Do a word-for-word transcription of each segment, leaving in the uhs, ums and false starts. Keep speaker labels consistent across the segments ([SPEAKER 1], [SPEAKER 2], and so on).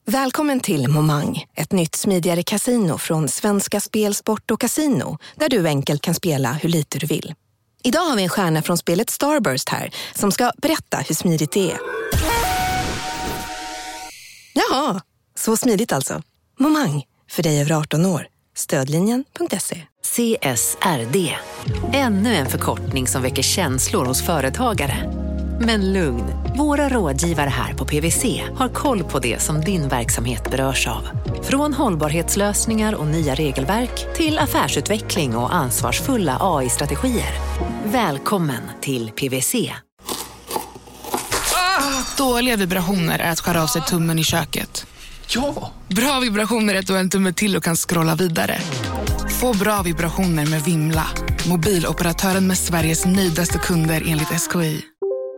[SPEAKER 1] Välkommen till Momang, ett nytt smidigare casino från Svenska Spel, Sport och Casino, där du enkelt kan spela hur lite du vill. Idag har vi en stjärna från spelet Starburst här som ska berätta hur smidigt det är. Jaha, så smidigt alltså. Momang, för dig över arton år. Stödlinjen punkt se.
[SPEAKER 2] C S R D. Ännu en förkortning som väcker känslor hos företagare. Men lugn, våra rådgivare här på P W C har koll på det som din verksamhet berörs av. Från hållbarhetslösningar och nya regelverk till affärsutveckling och ansvarsfulla A I-strategier. Välkommen till P W C.
[SPEAKER 3] Ah, dåliga vibrationer är att skära av sig tummen i köket.
[SPEAKER 4] Ja!
[SPEAKER 3] Bra vibrationer är att du har en tumme till och kan scrolla vidare. Få bra vibrationer med Vimla. Mobiloperatören med Sveriges nöjdaste kunder enligt S K I.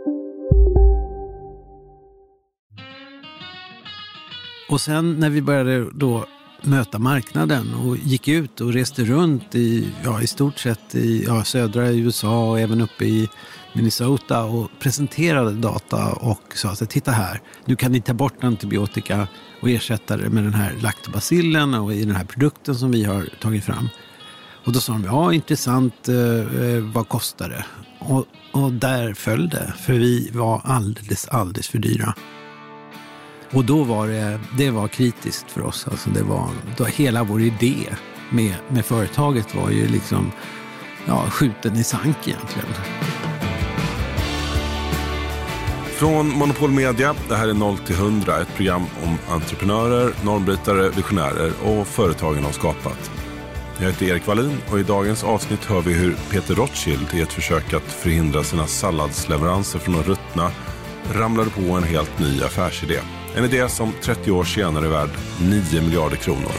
[SPEAKER 5] Och sen när vi började då möta marknaden och gick ut och reste runt i, ja, i stort sett i ja, södra U S A och även uppe i Minnesota och presenterade data och sa att titta här, nu kan ni ta bort antibiotika och ersätta det med den här lactobacillen och i den här produkten som vi har tagit fram. Och då sa de, ja intressant, eh, vad kostar det? Och, och där föll det, för vi var alldeles, alldeles för dyra. Och då var det, det var kritiskt för oss. Alltså det var, då hela vår idé med, med företaget var ju liksom ja, skjuten i sank egentligen.
[SPEAKER 6] Från Monopol Media, det här är noll till hundra, ett program om entreprenörer, normbrytare, visionärer och företagen har skapat. Jag heter Erik Wallin och i dagens avsnitt hör vi hur Peter Rothschild i ett försök att förhindra sina salladsleveranser från att ruttna ramlade på en helt ny affärsidé. En idé som trettio år senare är värd nio miljarder kronor.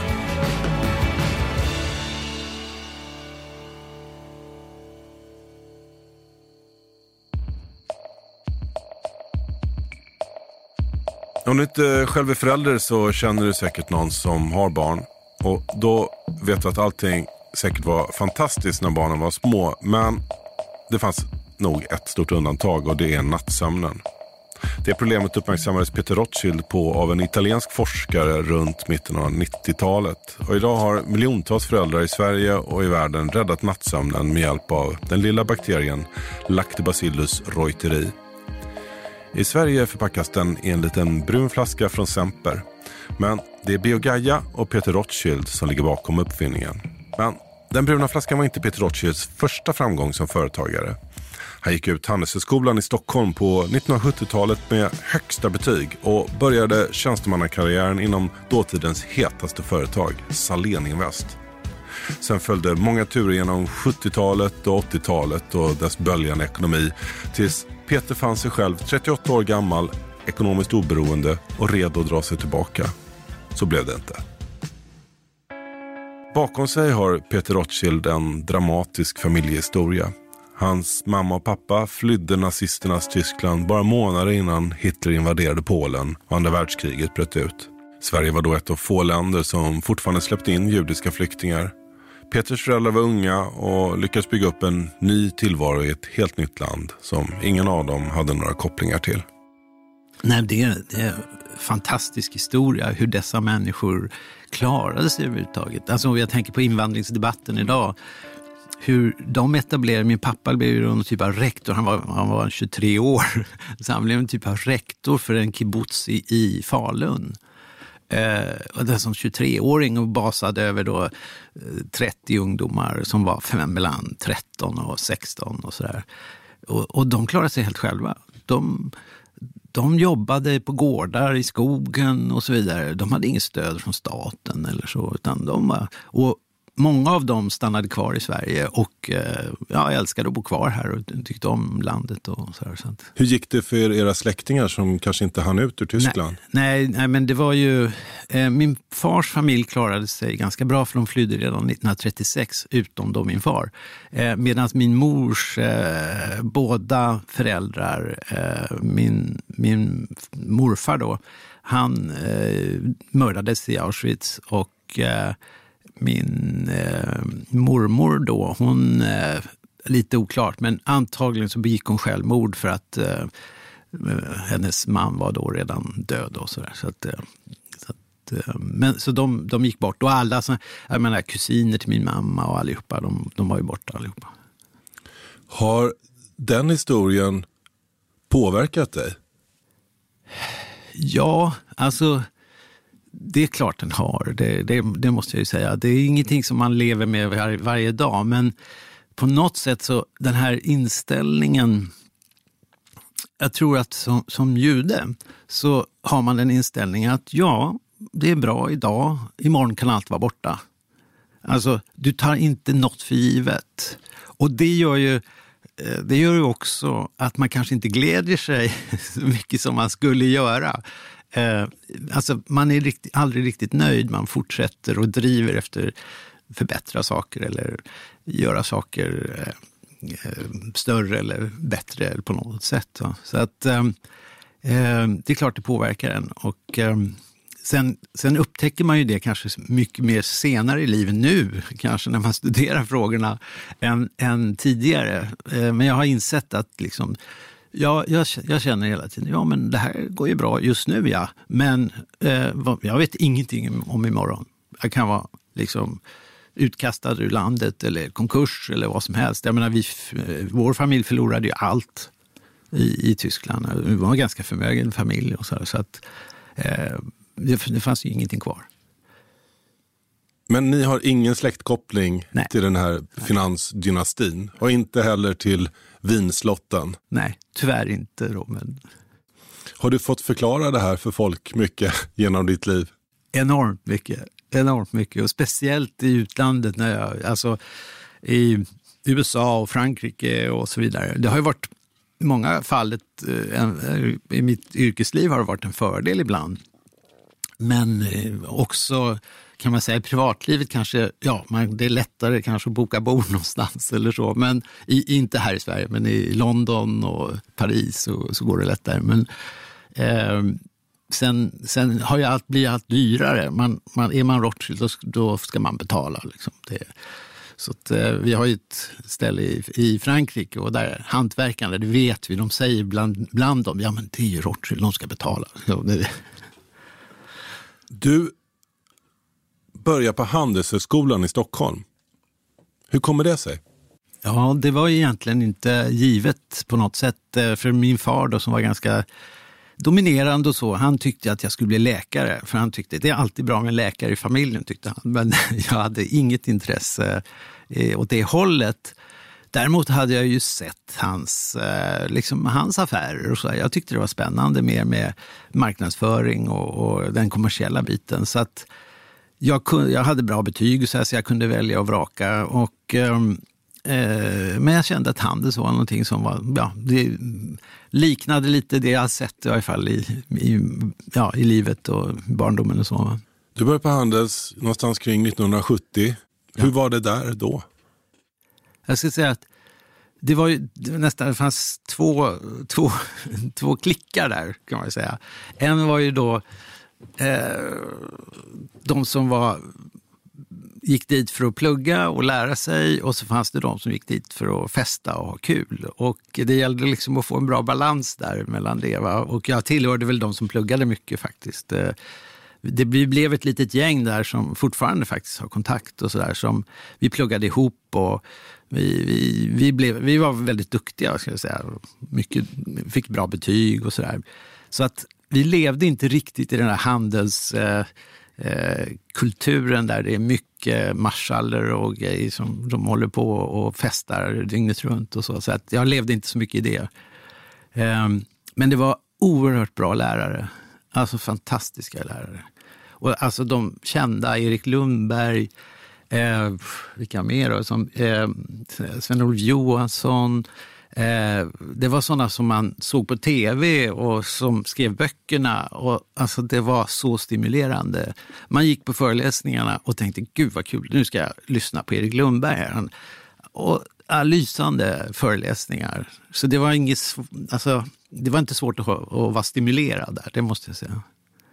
[SPEAKER 6] Om du inte själv är förälder så känner du säkert någon som har barn. Och då vet du att allting säkert var fantastiskt när barnen var små. Men det fanns nog ett stort undantag och det är nattsömnen. Det problemet uppmärksammades Peter Rothschild på av en italiensk forskare runt mitten av nittiotalet. Och idag har miljontals föräldrar i Sverige och i världen räddat nattsömnen med hjälp av den lilla bakterien Lactobacillus reuteri. I Sverige förpackas den i en liten brun flaska från Semper. Men det är Biogaia och Peter Rothschild som ligger bakom uppfinningen. Men den bruna flaskan var inte Peter Rothschilds första framgång som företagare. Han gick ut Handelshögskolan i Stockholm på nittonhundrasjuttiotalet med högsta betyg och började tjänstemannakarriären inom dåtidens hetaste företag, Salén Invest. Sen följde många turer genom sjuttiotalet och åttiotalet och dess böljande ekonomi tills Peter fann sig själv trettioåtta år gammal, ekonomiskt oberoende och redo att dra sig tillbaka. Så blev det inte. Bakom sig har Peter Rothschild en dramatisk familjehistoria. Hans mamma och pappa flydde nazisternas Tyskland bara månader innan Hitler invaderade Polen och andra världskriget bröt ut. Sverige var då ett av få länder som fortfarande släppte in judiska flyktingar. Peters föräldrar var unga och lyckades bygga upp en ny tillvaro i ett helt nytt land som ingen av dem hade några kopplingar till.
[SPEAKER 5] Nej, det är, det är en fantastisk historia hur dessa människor klarade sig överhuvudtaget. Alltså om jag tänker på invandringsdebatten idag, hur de etablerade, min pappa blev ju en typ av rektor, han var, han var tjugotre år, så han blev en typ av rektor för en kibbutz i, i Falun. Eh, och det som tjugotreåring och basade över då trettio ungdomar som var mellan tretton och sexton och sådär. Och, och de klarade sig helt själva. De, de jobbade på gårdar i skogen och så vidare. De hade inget stöd från staten eller så, utan de var... Och många av dem stannade kvar i Sverige och ja, älskade att bo kvar här och tyckte om landet och så här. Så att...
[SPEAKER 6] Hur gick det för era släktingar som kanske inte hann ut ur Tyskland?
[SPEAKER 5] Nej, nej, men det var ju... Eh, min fars familj klarade sig ganska bra för de flydde redan nittonhundratrettiosex, utom då min far. Eh, Medan min mors eh, båda föräldrar, eh, min, min morfar då, han eh, mördades i Auschwitz och... Eh, Min eh, mormor då, hon, eh, lite oklart, men antagligen så begick hon självmord för att eh, hennes man var då redan död och sådär. Så att, eh, så att men, så de, de gick bort. Och alla, så, jag menar, kusiner till min mamma och allihopa, de, de var ju borta allihopa.
[SPEAKER 6] Har den historien påverkat dig?
[SPEAKER 5] Ja, alltså det är klart den har. Det, det, det måste jag ju säga. Det är ingenting som man lever med var, varje dag. Men på något sätt så den här inställningen, jag tror att som, som jude så har man den inställningen att ja, det är bra idag, imorgon kan allt vara borta. Alltså, du tar inte något för givet. Och det gör ju, det gör ju också att man kanske inte glädjer sig så mycket som man skulle göra. Alltså, man är riktigt, aldrig riktigt nöjd, man fortsätter och driver efter förbättra saker eller göra saker större eller bättre på något sätt. Så att eh, det är klart det påverkar en. Och eh, sen, sen upptäcker man ju det kanske mycket mer senare i livet nu, kanske när man studerar frågorna än, än tidigare. Eh, men jag har insett att liksom, ja, jag, jag känner hela tiden, ja men det här går ju bra just nu, ja. Men eh, jag vet ingenting om imorgon. Jag kan vara liksom utkastad ur landet eller konkurs eller vad som helst. Jag menar, vi, vår familj förlorade ju allt i, i Tyskland. Vi var en ganska förmögen familj och så, så att eh, det, det fanns ju ingenting kvar.
[SPEAKER 6] Men ni har ingen släktkoppling
[SPEAKER 5] Nej.
[SPEAKER 6] till den här finansdynastin och inte heller till vinslotten?
[SPEAKER 5] Nej, tyvärr inte då. Men...
[SPEAKER 6] Har du fått förklara det här för folk mycket genom ditt liv?
[SPEAKER 5] Enormt mycket. Enormt mycket och speciellt i utlandet, när jag, alltså i U S A och Frankrike och så vidare. Det har ju varit i många fall ett, i mitt yrkesliv har det varit en fördel ibland. Men också kan man säga i privatlivet kanske, ja, man, det är lättare kanske att boka bord någonstans eller så. Men i, inte här i Sverige, men i London och Paris så, så går det lättare. Men eh, Sen, sen har ju allt blivit allt dyrare. Man, man, är man Rothschild då, då ska man betala. Liksom. Det, så att, eh, vi har ju ett ställe i, i Frankrike och där hantverkarna, det vet vi, de säger bland, bland dem, ja men det är ju Rothschild, de ska betala. Så det...
[SPEAKER 6] Du börjar på Handelshögskolan i Stockholm. Hur kommer det sig?
[SPEAKER 5] Ja, det var egentligen inte givet på något sätt. För min far då, som var ganska dominerande och så, han tyckte att jag skulle bli läkare. För han tyckte, det är alltid bra med en läkare i familjen, tyckte han. Men jag hade inget intresse eh, åt det hållet. Däremot hade jag ju sett hans, eh, liksom hans affärer och så. Jag tyckte det var spännande mer med marknadsföring och, och den kommersiella biten. Så att jag, kunde, jag hade bra betyg så, här, så jag kunde välja och vraka. Och, eh, eh, men jag kände att handels var någonting som var, ja, det liknade lite det jag har sett i alla fall i, i, ja, i livet och barndomen och så.
[SPEAKER 6] Du började på Handels någonstans kring nittonhundrasjuttio. Hur var det där då?
[SPEAKER 5] Jag ska säga att det var ju det var nästan, det fanns två, två, två klickar där kan man säga. En var ju då eh, de som var, gick dit för att plugga och lära sig, och så fanns det de som gick dit för att festa och ha kul. Och det gällde liksom att få en bra balans där mellan det. Va? Och jag tillhörde väl de som pluggade mycket faktiskt. Det blev ett litet gäng där som fortfarande faktiskt har kontakt och sådär, som vi pluggade ihop och vi, vi, vi, blev, vi var väldigt duktiga, ska jag säga. Mycket, fick bra betyg och sådär. Så att vi levde inte riktigt i den här handels... Eh, Eh, kulturen där det är mycket marschaller och grejer som de håller på och festar dygnet runt och så. Så att jag levde inte så mycket i det. Eh, men det var oerhört bra lärare. Alltså fantastiska lärare. Och alltså de kända, Erik Lundberg, eh, vilka mer då? Som, eh, Sven-Olof Johansson. Eh, det var sådana som man såg på tv och som skrev böckerna, och alltså det var så stimulerande. Man gick på föreläsningarna och tänkte, gud vad kul, nu ska jag lyssna på Erik Lundberg. Han, och ja, lysande föreläsningar. Så det var inget, alltså, det var inte svårt att, att vara stimulerad där, det måste jag säga.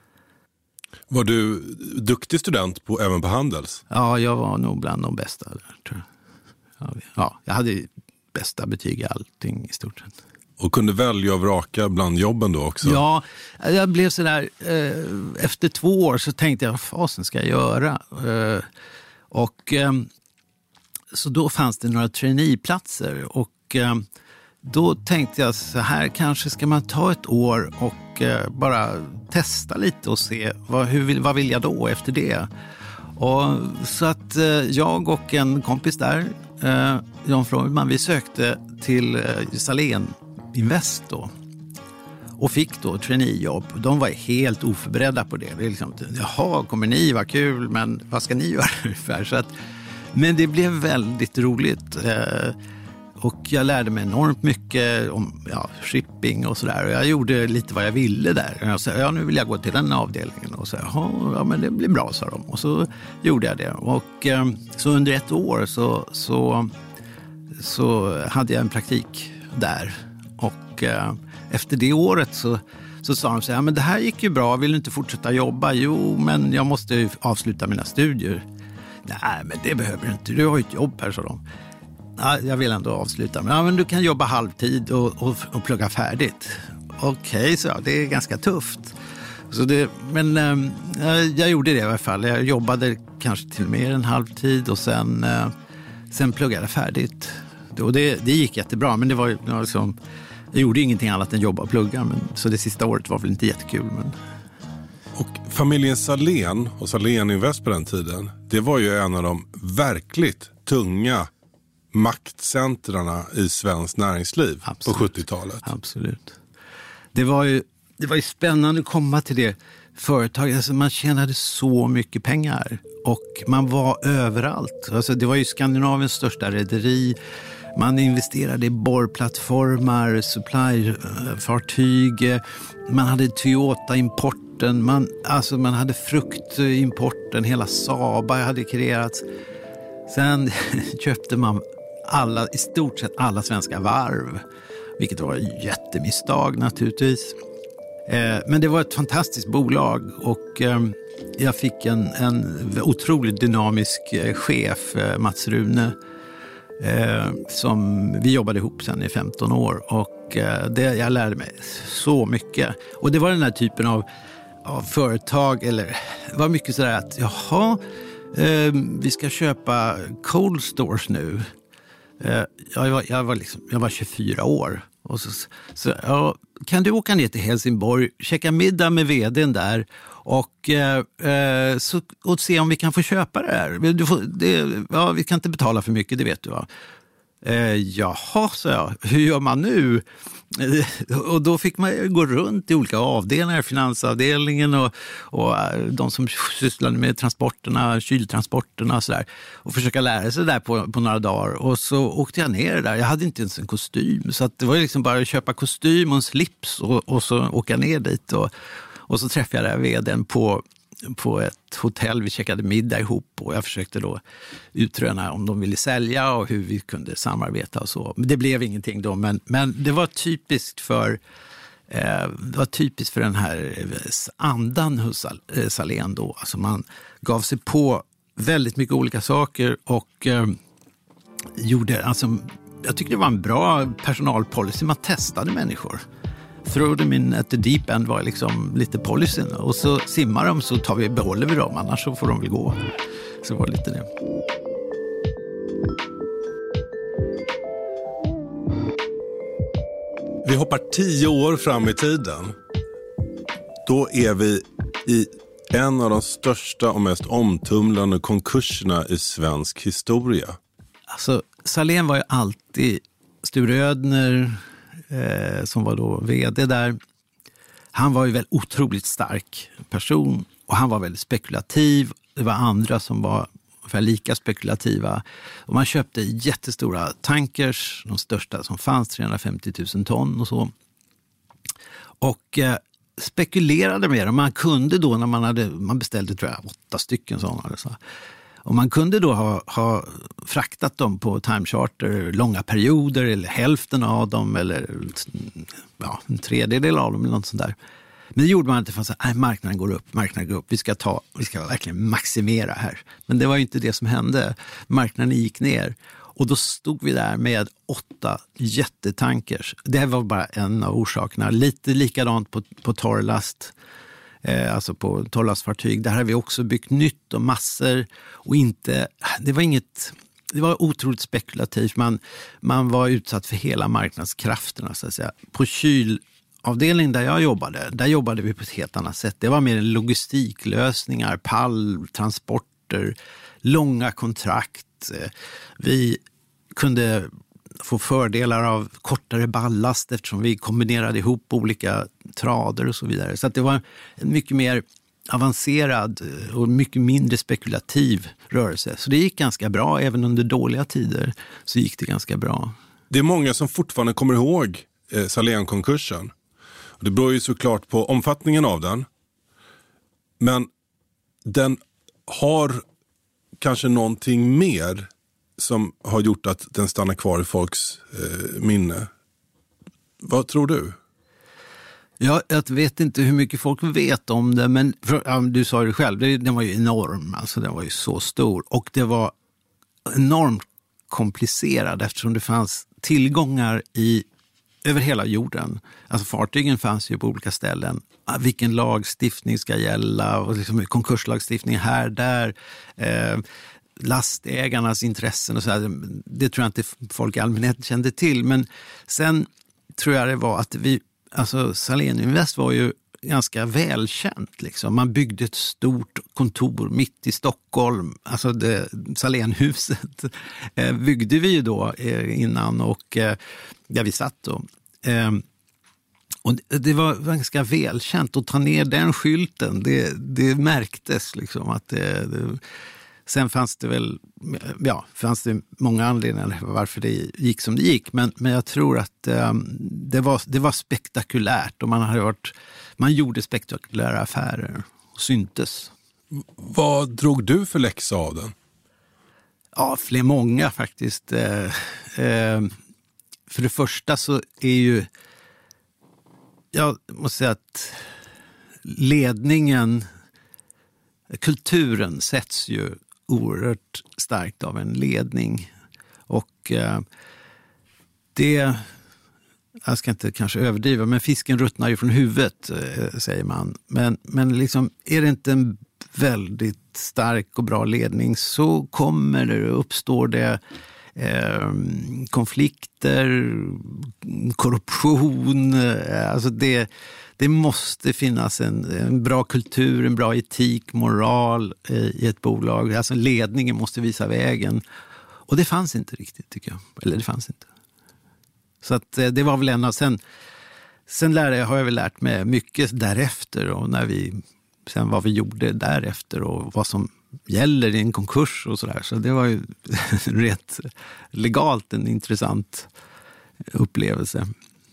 [SPEAKER 6] Var du duktig student på, även på Handels?
[SPEAKER 5] Ja, jag var nog bland de bästa där, tror jag. Ja, jag hade bästa betyg i allting i stort sett.
[SPEAKER 6] Och kunde välja och vraka bland jobben då också?
[SPEAKER 5] Ja, jag blev sådär, eh, efter två år så tänkte jag, vad fasen ska jag göra? Eh, och eh, så då fanns det några traineeplatser och eh, då tänkte jag så här, kanske ska man ta ett år och eh, bara testa lite och se vad, hur vill, vad vill jag då efter det? Och så att eh, jag och en kompis där, eh, John Freudman, vi sökte till eh, Salén Invest då. Och fick då traineejobb. De var helt oförberedda på det. Det är liksom, jaha, kommer ni, vad kul, men vad ska ni göra ungefär? Så att, men det blev väldigt roligt. Eh, och jag lärde mig enormt mycket om ja, shipping och sådär. Och jag gjorde lite vad jag ville där. Jag sa, ja, nu vill jag gå till den avdelningen. Och så, ja, men det blir bra, sa de. Och så gjorde jag det. Och eh, så under ett år så, så, så hade jag en praktik där. Och eh, efter det året så, så sa de så här, ja, men det här gick ju bra, vill du inte fortsätta jobba? Jo, men jag måste ju avsluta mina studier. Nej, men det behöver du inte, du har ju ett jobb här, sa de. Ja, jag vill ändå avsluta, men, ja, men du kan jobba halvtid och, och, och plugga färdigt. Okej, okay, så ja, det är ganska tufft. Så det, men eh, jag gjorde det i alla fall, jag jobbade kanske till mer än halvtid och sen, eh, sen pluggade jag färdigt. Och det, det gick jättebra, men det var, det var liksom, jag gjorde ingenting annat än jobba och plugga, men, så det sista året var väl inte jättekul. Men...
[SPEAKER 6] Och familjen Salén och Salén Invest på den tiden, det var ju en av de verkligt tunga maktcentrarna i svensk näringsliv. Absolut. På sjuttiotalet.
[SPEAKER 5] Absolut. Det var ju, det var ju spännande att komma till det företaget. Alltså man tjänade så mycket pengar och man var överallt. Alltså det var ju Skandinaviens största rederi. Man investerade i borrplattformar, supplyfartyg. Man hade Toyota-importen. Man, alltså man hade fruktimporten. Hela Saba hade kreerats. Sen köpte man alla, i stort sett alla svenska varv. Vilket var ett jättemisstag naturligtvis. Eh, men det var ett fantastiskt bolag och eh, jag fick en, en otroligt dynamisk eh, chef, eh, Mats Rune. Eh, som vi jobbade ihop sedan i femton år och eh, det, jag lärde mig så mycket. Och det var den här typen av, av företag, eller det var mycket sådär att jaha, eh, vi ska köpa cold stores nu. Eh, jag, var, jag, var liksom, jag var tjugofyra år och så, så ja, kan du åka ner till Helsingborg, checka middag med vdn där och, eh, så, och se om vi kan få köpa det här. Du får, det, ja, vi kan inte betala för mycket, det vet du va. Eh, jaha, så jag. Hur gör man nu? Eh, och då fick man gå runt i olika avdelningar, finansavdelningen och, och de som sysslade med transporterna, kyltransporterna och sådär. Och försöka lära sig där på, på några dagar. Och så åkte jag ner där. Jag hade inte ens en kostym. Så att det var liksom bara att köpa kostym och en slips och, och så åka ner dit. Och, och så träffade jag vdn på... på ett hotell, vi checkade middag ihop och jag försökte då utröna om de ville sälja och hur vi kunde samarbeta och så. Men det blev ingenting då, men, men det var typiskt för eh, det var typiskt för den här andan hos Salén då. Alltså man gav sig på väldigt mycket olika saker och eh, gjorde, alltså jag tycker det var en bra personalpolicy, man testade människor. Throw them in at the deep end var liksom lite policyn. Och så simmar de så tar vi, behåller vi dem, annars så får de väl gå. Så var det lite det.
[SPEAKER 6] Vi hoppar tio år fram i tiden. Då är vi i en av de största och mest omtumlande konkurserna i svensk historia.
[SPEAKER 5] Alltså, Salén var ju alltid Sture Ödner... Eh, som var då vd där. Han var ju väl otroligt stark person och han var väldigt spekulativ. Det var andra som var ungefär lika spekulativa. Och man köpte jättestora tankers, de största som fanns, trehundrafemtio tusen ton och så. Och eh, spekulerade med dem. Man kunde då när man hade, man beställde tror jag åtta stycken sådana. Så. Och man kunde då ha, ha fraktat dem på timecharter långa perioder eller hälften av dem eller ja, en tredjedel av dem eller något sånt där. Men det gjorde man inte för att säga, marknaden går upp, marknaden går upp, vi ska, ta, vi ska verkligen maximera här. Men det var ju inte det som hände. Marknaden gick ner. Och då stod vi där med åtta jättetankers. Det var bara en av orsakerna. Lite likadant på, på torrlast, eh, alltså på torrlastfartyg. Där har vi också byggt nytt och massor. Och inte, det var inget, det var otroligt spekulativt. Man, man var utsatt för hela marknadskrafterna så att säga. På kylavdelningen där jag jobbade, där jobbade vi på ett helt annat sätt. Det var mer logistiklösningar, pall, transporter, långa kontrakt. Vi kunde få fördelar av kortare ballast eftersom vi kombinerade ihop olika trader och så vidare. Så att det var en mycket mer avancerad och mycket mindre spekulativ rörelse. Så det gick ganska bra, även under dåliga tider så gick det ganska bra.
[SPEAKER 6] Det är många som fortfarande kommer ihåg eh, Salén-konkursen. Det beror ju såklart på omfattningen av den. Men den har kanske någonting mer som har gjort att den stannar kvar i folks eh, minne. Vad tror du?
[SPEAKER 5] Ja, jag vet inte hur mycket folk vet om det, men för, ja, du sa det själv, det, den var ju enorm, alltså den var ju så stor och det var enormt komplicerad eftersom det fanns tillgångar i över hela jorden. Alltså fartygen fanns ju på olika ställen. Vilken lagstiftning ska gälla och liksom konkurslagstiftning här, där, eh, lastägarnas intressen och så här. Det tror jag inte folk i allmänhet kände till, men sen tror jag det var att vi, alltså Salén Invest var ju ganska välkänt liksom. Man byggde ett stort kontor mitt i Stockholm, alltså det, Salénhuset eh, byggde vi ju då eh, innan och eh, där vi satt då. Eh, och det, det var ganska välkänt att ta ner den skylten, det, det märktes liksom att det, det, sen fanns det väl, ja, fanns det många anledningar varför det gick som det gick, men, men jag tror att eh, det, var, det var spektakulärt och man hade varit, man gjorde spektakulära affärer och syntes.
[SPEAKER 6] Vad drog du för läxa av den?
[SPEAKER 5] Ja, fler många faktiskt. Eh, eh, för det första så är ju, jag måste säga att ledningen, kulturen sätts ju oerhört starkt av en ledning och eh, det, jag ska inte kanske överdriva, men fisken ruttnar ju från huvudet eh, säger man, men, men liksom är det inte en väldigt stark och bra ledning så kommer det, uppstår det eh, konflikter, korruption, eh, alltså det Det måste finnas en, en bra kultur, en bra etik, moral eh, i ett bolag. Alltså ledningen måste visa vägen. Och det fanns inte riktigt tycker jag. Eller det fanns inte. Så att eh, det var väl en av... Sen, sen lärde jag, har jag väl lärt mig mycket därefter. Och när vi, sen vad vi gjorde därefter och vad som gäller i en konkurs och sådär. Så det var ju rätt legalt en intressant upplevelse.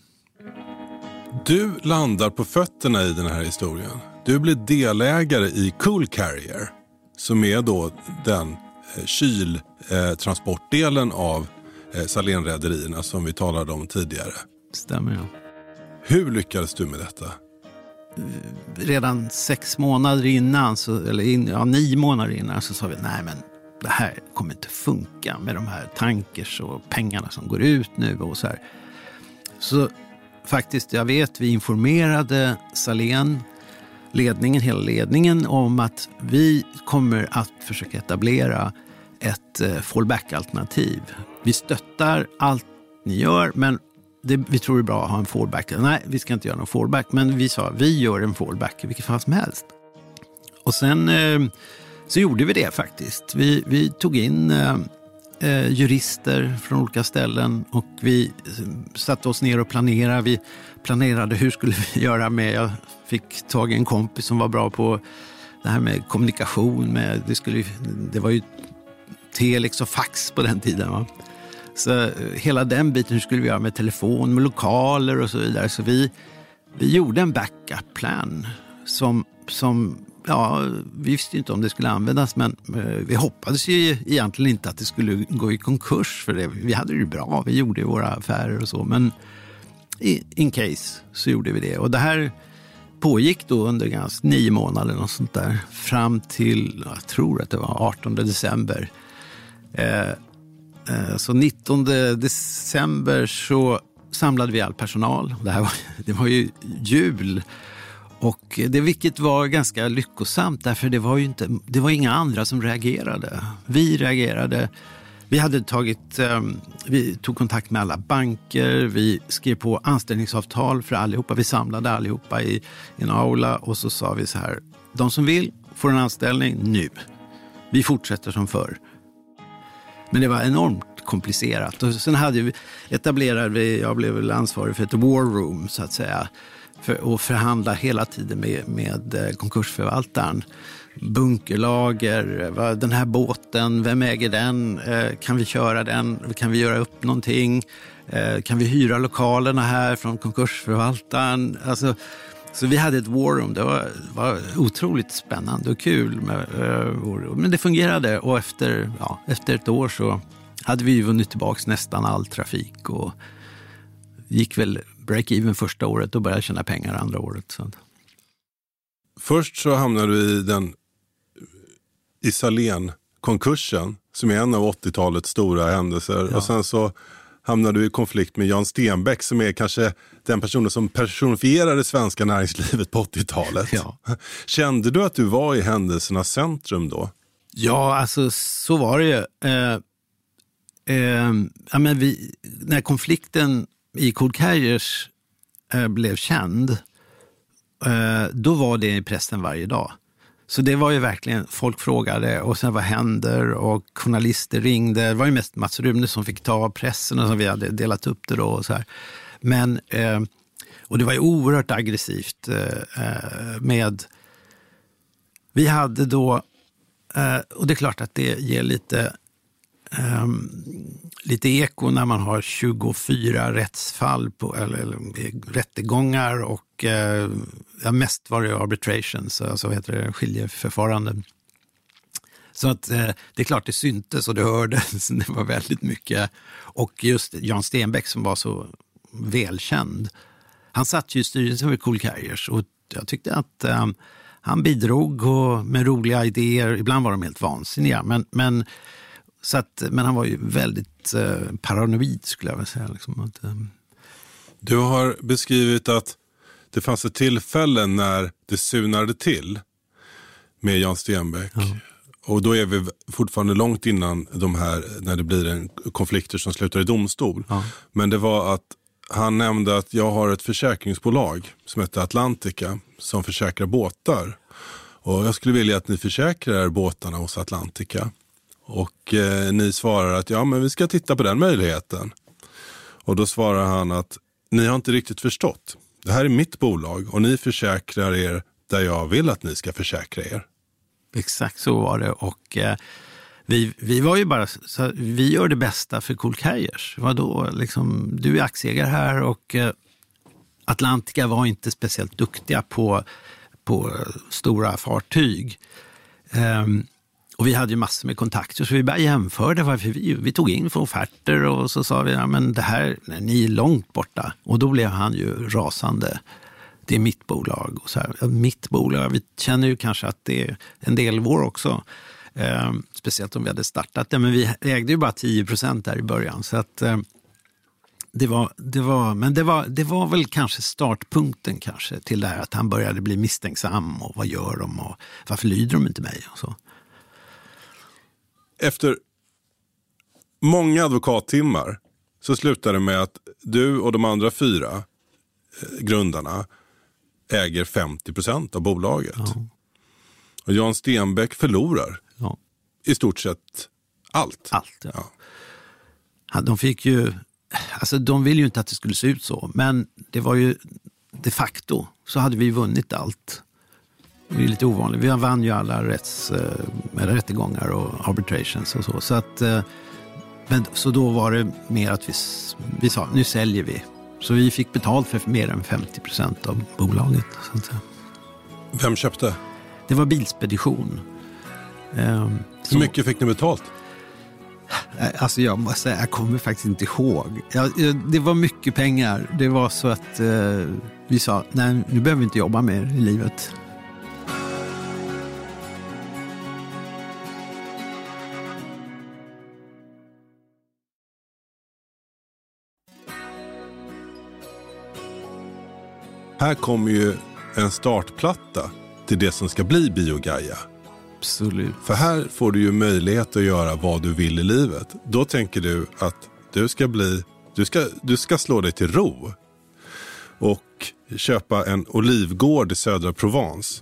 [SPEAKER 6] Du landar på fötterna i den här historien. Du blir delägare i Cool Carrier som är då den eh, kyltransportdelen eh, av eh, Salén-rederierna som vi talade om tidigare.
[SPEAKER 5] Stämmer, ja.
[SPEAKER 6] Hur lyckades du med detta?
[SPEAKER 5] Redan sex månader innan, så, eller in, ja, nio månader innan så sa vi nej men det här kommer inte funka med de här tankers och pengarna som går ut nu och så här. Så faktiskt, jag vet, vi informerade Salén, ledningen, hela ledningen om att vi kommer att försöka etablera ett eh, fallback-alternativ. Vi stöttar allt ni gör, men det, vi tror det är bra att ha en fallback. Nej, vi ska inte göra någon fallback, men vi sa vi gör en fallback i vilket fall som helst. Och sen eh, så gjorde vi det faktiskt. Vi, vi tog in eh, eh, jurister från olika ställen och vi satte oss ner och planerade. Vi planerade hur skulle vi göra med, jag fick tag i en kompis som var bra på det här med kommunikation. Med, det, skulle, det var ju telex och fax på den tiden, va? Så hela den biten, hur skulle vi göra med telefon, med lokaler och så vidare. Så vi, vi gjorde en backup-plan som, som, ja, vi visste inte om det skulle användas, men vi hoppades ju egentligen inte att det skulle gå i konkurs för det. Vi hade det ju bra, vi gjorde våra affärer och så, men in case så gjorde vi det. Och det här pågick då under ganska nio månader och sånt där, fram till, jag tror att det var artonde december. Eh, Så nittonde december så samlade vi all personal. Det här var, det var ju jul. Och det, vilket var ganska lyckosamt, därför det var ju inte, det var inga andra som reagerade. Vi reagerade. Vi hade tagit, vi tog kontakt med alla banker, vi skrev på anställningsavtal för allihopa. Vi samlade allihopa i, i en aula och så sa vi så här: de som vill får en anställning nu. Vi fortsätter som förr. Men det var enormt komplicerat. Och sen hade vi, etablerade vi, jag blev väl ansvarig för ett war room så att säga. För att förhandla hela tiden med, med konkursförvaltaren. Bunkerlager, vad, den här båten, vem äger den? Eh, kan vi köra den? Kan vi göra upp någonting? Eh, kan vi hyra lokalerna här från konkursförvaltaren? Alltså, så vi hade ett war room. Det var, var otroligt spännande och kul. Med, eh, men det fungerade och efter, ja, efter ett år så hade vi vunnit tillbaka nästan all trafik och gick väl break-even första året och började tjäna pengar andra året. Så.
[SPEAKER 6] Först så hamnade du i den i Salén-konkursen som är en av åttiotalets stora händelser. Ja. Och sen så hamnade du i konflikt med Jan Stenbeck som är kanske den personen som personifierar det svenska näringslivet på åttiotalet. Ja. Kände du att du var i händelsernas centrum då?
[SPEAKER 5] Ja, alltså så var det ju. Eh, eh, ja, men vi, när konflikten i Cool Carriers eh, blev känd, eh, då var det i pressen varje dag. Så det var ju verkligen, folk frågade och sen vad händer och journalister ringde. Det var ju mest Mats Rune som fick ta pressen och som vi hade delat upp det då och så här. Men, eh, och det var ju oerhört aggressivt eh, med, vi hade då, eh, och det är klart att det ger lite Um, lite eko när man har tjugofyra rättsfall på, eller, eller rättegångar och uh, ja, mest var det arbitrations, alltså vad heter det, skiljeförfaranden. Så att uh, det är klart det syntes och det hördes, det var väldigt mycket. Och just Jan Stenbeck som var så välkänd, han satt ju i styrelsen för Cool Carriers och jag tyckte att um, han bidrog och, med roliga idéer, ibland var de helt vansinniga, men, men Så att, men han var ju väldigt eh, paranoid skulle jag vilja säga. Liksom, att, eh.
[SPEAKER 6] Du har beskrivit att det fanns ett tillfälle när det sunade till med Jan Stenbeck. Ja. Och då är vi fortfarande långt innan de här, när det blir en konflikter som slutar i domstol. Ja. Men det var att han nämnde att jag har ett försäkringsbolag som heter Atlantica som försäkrar båtar. Och jag skulle vilja att ni försäkrar båtarna hos Atlantica. Och eh, ni svarar att ja, men vi ska titta på den möjligheten. Och då svarar han att ni har inte riktigt förstått. Det här är mitt bolag och ni försäkrar er där jag vill att ni ska försäkra er.
[SPEAKER 5] Exakt så var det och eh, vi, vi var ju bara så, vi gör det bästa för Cool Carriers. Vadå? Liksom, du är aktieägare här och eh, Atlantica var inte speciellt duktiga på, på stora fartyg. Um, Och vi hade ju massor med kontakter så vi bara jämförde varför vi, vi tog in för offerter och så sa vi, ja men det här, nej, ni är långt borta. Och då blev han ju rasande. Det är mitt bolag. Och så här, mitt bolag, vi känner ju kanske att det är en del vår också. Eh, speciellt om vi hade startat det, men vi ägde ju bara tio procent där i början. Så att eh, det var, det var, men det var, det var väl kanske startpunkten kanske till det här att han började bli misstänksam och vad gör de och varför lyder de inte mig och så.
[SPEAKER 6] Efter många advokattimmar så slutade det med att du och de andra fyra eh, grundarna äger femtio procent av bolaget. Ja. Och Jan Stenbeck förlorar ja. i stort sett allt.
[SPEAKER 5] Allt, ja. ja. De fick ju, alltså de ville ju inte att det skulle se ut så, men det var ju de facto så hade vi vunnit allt. Det är lite ovanligt. Vi vann ju alla rätts, äh, rättegångar och arbitrations och så. Så, att, äh, men, så då var det mer att vi, vi sa, nu säljer vi. Så vi fick betalt för mer än femtio procent av bolaget. Så att,
[SPEAKER 6] vem köpte?
[SPEAKER 5] Det var Bilspedition. Äh,
[SPEAKER 6] Hur mycket fick ni betalt?
[SPEAKER 5] Alltså jag måste säga, jag kommer faktiskt inte ihåg. Jag, det var mycket pengar. Det var så att äh, vi sa, nej nu behöver vi inte jobba mer i livet.
[SPEAKER 6] Här kommer ju en startplatta till det som ska bli Biogaia.
[SPEAKER 5] Absolut.
[SPEAKER 6] För här får du ju möjlighet att göra vad du vill i livet. Då tänker du att du ska bli, du ska, du ska slå dig till ro och köpa en olivgård i södra Provence.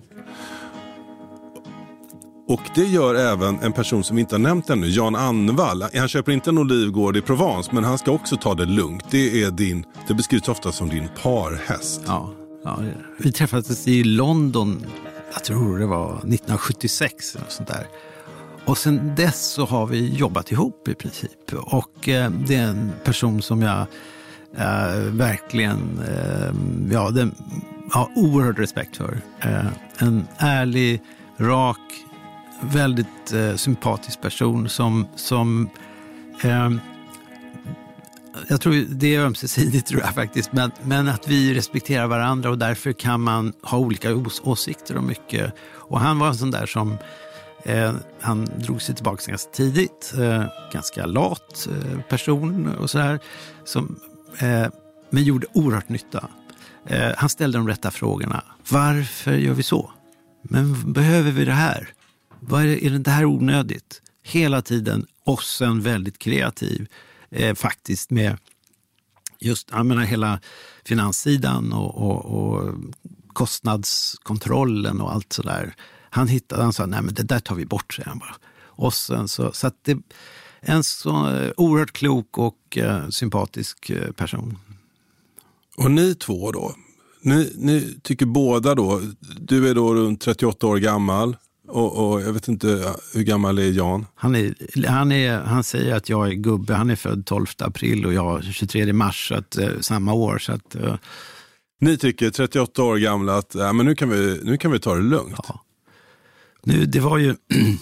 [SPEAKER 6] Och det gör även en person som vi inte har nämnt ännu, Jan Anvall. Han köper inte en olivgård i Provence, men han ska också ta det lugnt. Det är din, det beskrivs ofta som din parhäst.
[SPEAKER 5] Ja, ja, vi träffades i London, jag tror det var nittonhundrasjuttiosex eller sånt där. Och sen dess så har vi jobbat ihop i princip. Och eh, det är en person som jag eh, verkligen eh, ja, den, har oerhörd respekt för. Eh, en ärlig, rak, väldigt eh, sympatisk person som, som eh, jag tror det är ömsesidigt tror jag faktiskt, men, men att vi respekterar varandra och därför kan man ha olika ås- åsikter om mycket. Och han var en sån där som eh, han drog sig tillbaka ganska tidigt, eh, ganska lat eh, person och sådär, som eh, men gjorde oerhört nytta. Eh, han ställde de rätta frågorna. Varför gör vi så? Men behöver vi det här? Vad är, är det här onödigt? Hela tiden, och sen väldigt kreativ eh, faktiskt med just jag menar, hela finanssidan och, och, och kostnadskontrollen och allt sådär. Han hittade, han sa, nej men det där tar vi bort, säger han bara. Och sen så, så att det en så oerhört klok och eh, sympatisk eh, person.
[SPEAKER 6] Och ni två då? Ni, ni tycker båda då, du är då runt trettioåtta år gammal och, och jag vet inte hur gammal är Jan?
[SPEAKER 5] Han, är, han, är, han säger att jag är gubbe, han är född tolfte april och jag tjugotredje mars, så att, eh, samma år. Så att, eh.
[SPEAKER 6] Ni tycker trettioåtta år gamla att ja, men nu, kan vi, nu kan vi ta det lugnt.
[SPEAKER 5] Ja. Nu, det var ju...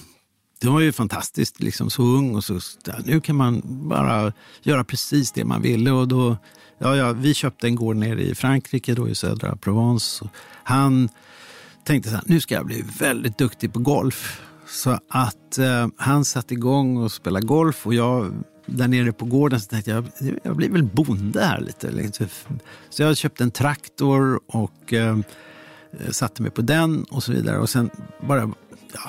[SPEAKER 5] Det var ju fantastiskt, liksom så ung och så där. Nu kan man bara göra precis det man ville och då, ja, ja, vi köpte en gård nere i Frankrike då i södra Provence. Han tänkte så här, nu ska jag bli väldigt duktig på golf. Så att eh, han satte igång och spelade golf och jag där nere på gården så tänkte jag, jag blir väl bonde här lite. Så jag köpte en traktor och eh, satte mig på den och så vidare och sen bara, ja,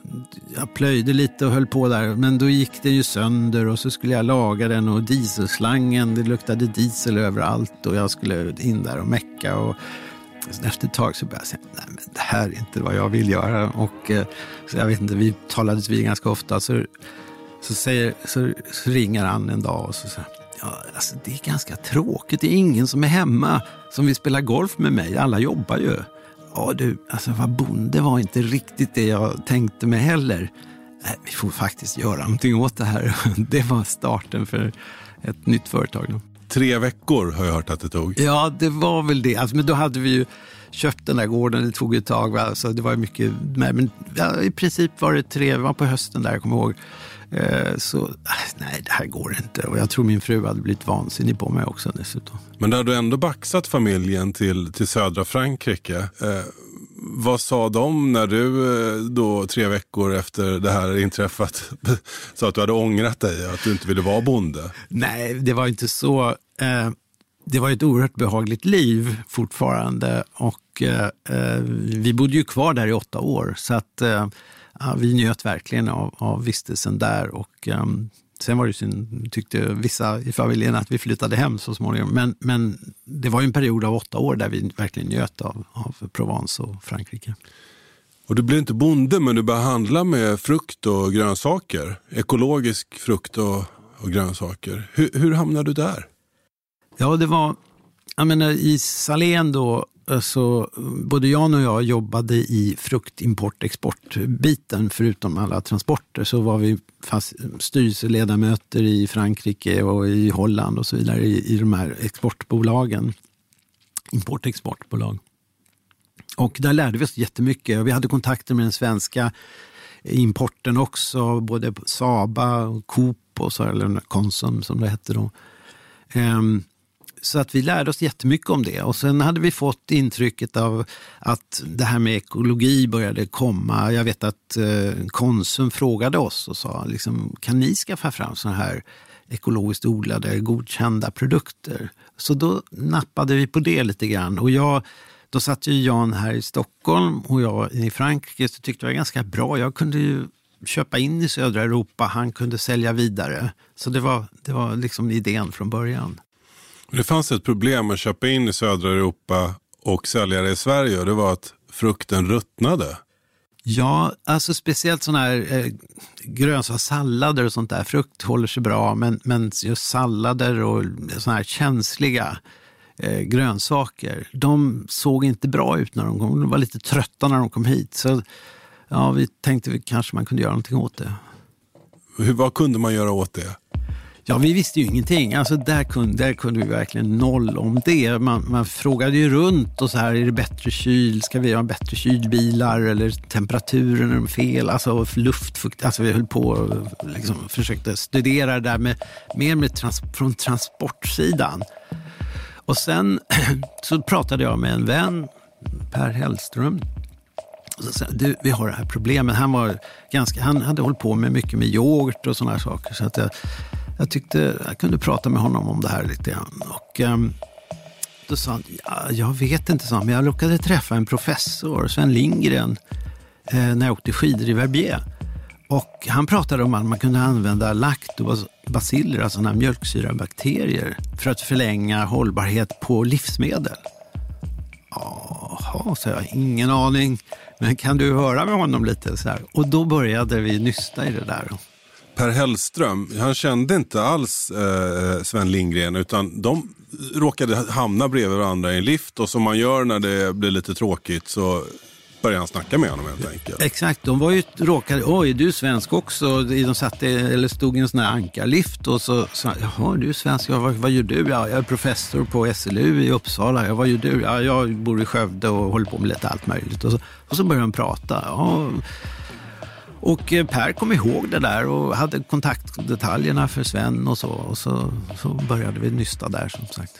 [SPEAKER 5] jag plöjde lite och höll på där, men då gick det ju sönder och så skulle jag laga den och dieselslangen, det luktade diesel överallt och jag skulle in där och mecka och efter ett tag så började jag säga, nej men det här är inte vad jag vill göra och så jag vet inte, vi talades vid ganska ofta så, så, säger, så, så ringer han en dag och så säger ja, alltså det är ganska tråkigt, det är ingen som är hemma som vill spela golf med mig, alla jobbar ju. Ja du, alltså vad bonde var inte riktigt det jag tänkte mig heller. Nej, vi får faktiskt göra någonting åt det här. Det var starten för ett nytt företag då.
[SPEAKER 6] Tre veckor har jag hört att det tog.
[SPEAKER 5] Ja, det var väl det. Alltså, men då hade vi ju köpt den där gården, det tog ett tag. Va? Så det var mycket, men ja, i princip var det tre, var på hösten där jag kommer ihåg. Eh, så nej, det här går inte. Och jag tror min fru hade blivit vansinnig på mig också dessutom.
[SPEAKER 6] Men när du ändå baxat familjen till, till södra Frankrike, eh, vad sa de när du eh, då tre veckor efter det här inträffat sa att du hade ångrat dig, att du inte ville vara bonde?
[SPEAKER 5] Nej, det var inte så. Eh, det var ett oerhört behagligt liv fortfarande och eh, vi bodde ju kvar där i åtta år så att eh, ja, vi njöt verkligen av, av vistelsen där och um, sen var det sin, tyckte vissa i familjen att vi flyttade hem så småningom. Men, men det var ju en period av åtta år där vi verkligen njöt av, av Provence och Frankrike.
[SPEAKER 6] Och du blev inte bonde, men du började handla med frukt och grönsaker. Ekologisk frukt och, och grönsaker. Hur, hur hamnade du där?
[SPEAKER 5] Ja, det var, jag menar, i Salén då, så både Jan och jag jobbade i fruktimport-export-biten förutom alla transporter så var vi fast styrelseledamöter i Frankrike och i Holland och så vidare i, i de här exportbolagen, import-exportbolag. Och där lärde vi oss jättemycket. Vi hade kontakter med den svenska importen också, både Saba och Coop och så, eller Konsum som det hette då. Um, Så att vi lärde oss jättemycket om det. Och sen hade vi fått intrycket av att det här med ekologi började komma. Jag vet att eh, Konsum frågade oss och sa, liksom, kan ni skaffa fram såna här ekologiskt odlade, godkända produkter. Så då nappade vi på det lite grann. Och jag, då satt ju Jan här i Stockholm och jag i Frankrike, så tyckte jag var ganska bra. Jag kunde ju köpa in i södra Europa, han kunde sälja vidare. Så det var, det var liksom idén från början.
[SPEAKER 6] Det fanns ett problem med att köpa in i södra Europa och sälja det i Sverige, och det var att frukten ruttnade.
[SPEAKER 5] Ja, alltså speciellt sådana här eh, grönsakssallader och sånt där. Frukt håller sig bra, men, men just sallader och sådana här känsliga eh, grönsaker, de såg inte bra ut när de kom. De var lite trötta när de kom hit. Så ja, vi tänkte att kanske man kunde göra någonting åt det.
[SPEAKER 6] Hur, vad kunde man göra åt det?
[SPEAKER 5] Ja, vi visste ju ingenting. Alltså där kunde, där kunde vi verkligen noll om det. Man, man frågade ju runt och så här, är det bättre kyl? Ska vi ha bättre kylbilar? Eller temperaturen är fel? Alltså luftfukt. Alltså vi höll på och liksom försökte studera det där med, mer med trans, från transportsidan. Och sen så pratade jag med en vän, Per Hellström. Och så sa, du, vi har det här problemet. Han, var ganska, han hade hållit på med mycket med yoghurt och sådana saker. Så att jag... Jag tyckte jag kunde prata med honom om det här lite grann. Och um, då sa han, ja, jag vet inte, så, men jag råkade träffa en professor, Sven Lindgren, eh, när jag åkte skidor i Verbier. Och han pratade om att man kunde använda lactobaciller, alltså sådana mjölksyrabakterier, för att förlänga hållbarhet på livsmedel. Jaha, så jag har ingen aning. Men kan du höra med honom lite så här? Och då började vi nysta i det där.
[SPEAKER 6] Per Hellström, han kände inte alls eh, Sven Lindgren, utan de råkade hamna bredvid varandra i en lift, och som man gör när det blir lite tråkigt så började han snacka med honom helt enkelt.
[SPEAKER 5] Exakt, de var ju råkade, oj, du är svensk också. De satt eller stod i en sån här ankarlift och så sa, jaha, du är svensk, ja, vad, vad gör du? Ja, jag är professor på S L U i Uppsala. Ja, vad gör du? Ja, jag bor i Skövde och håller på med lite allt möjligt. Och så, och så började de prata, ja. Och Per kom ihåg det där och hade kontaktdetaljerna för Sven och så. Och så, så började vi nysta där, som sagt.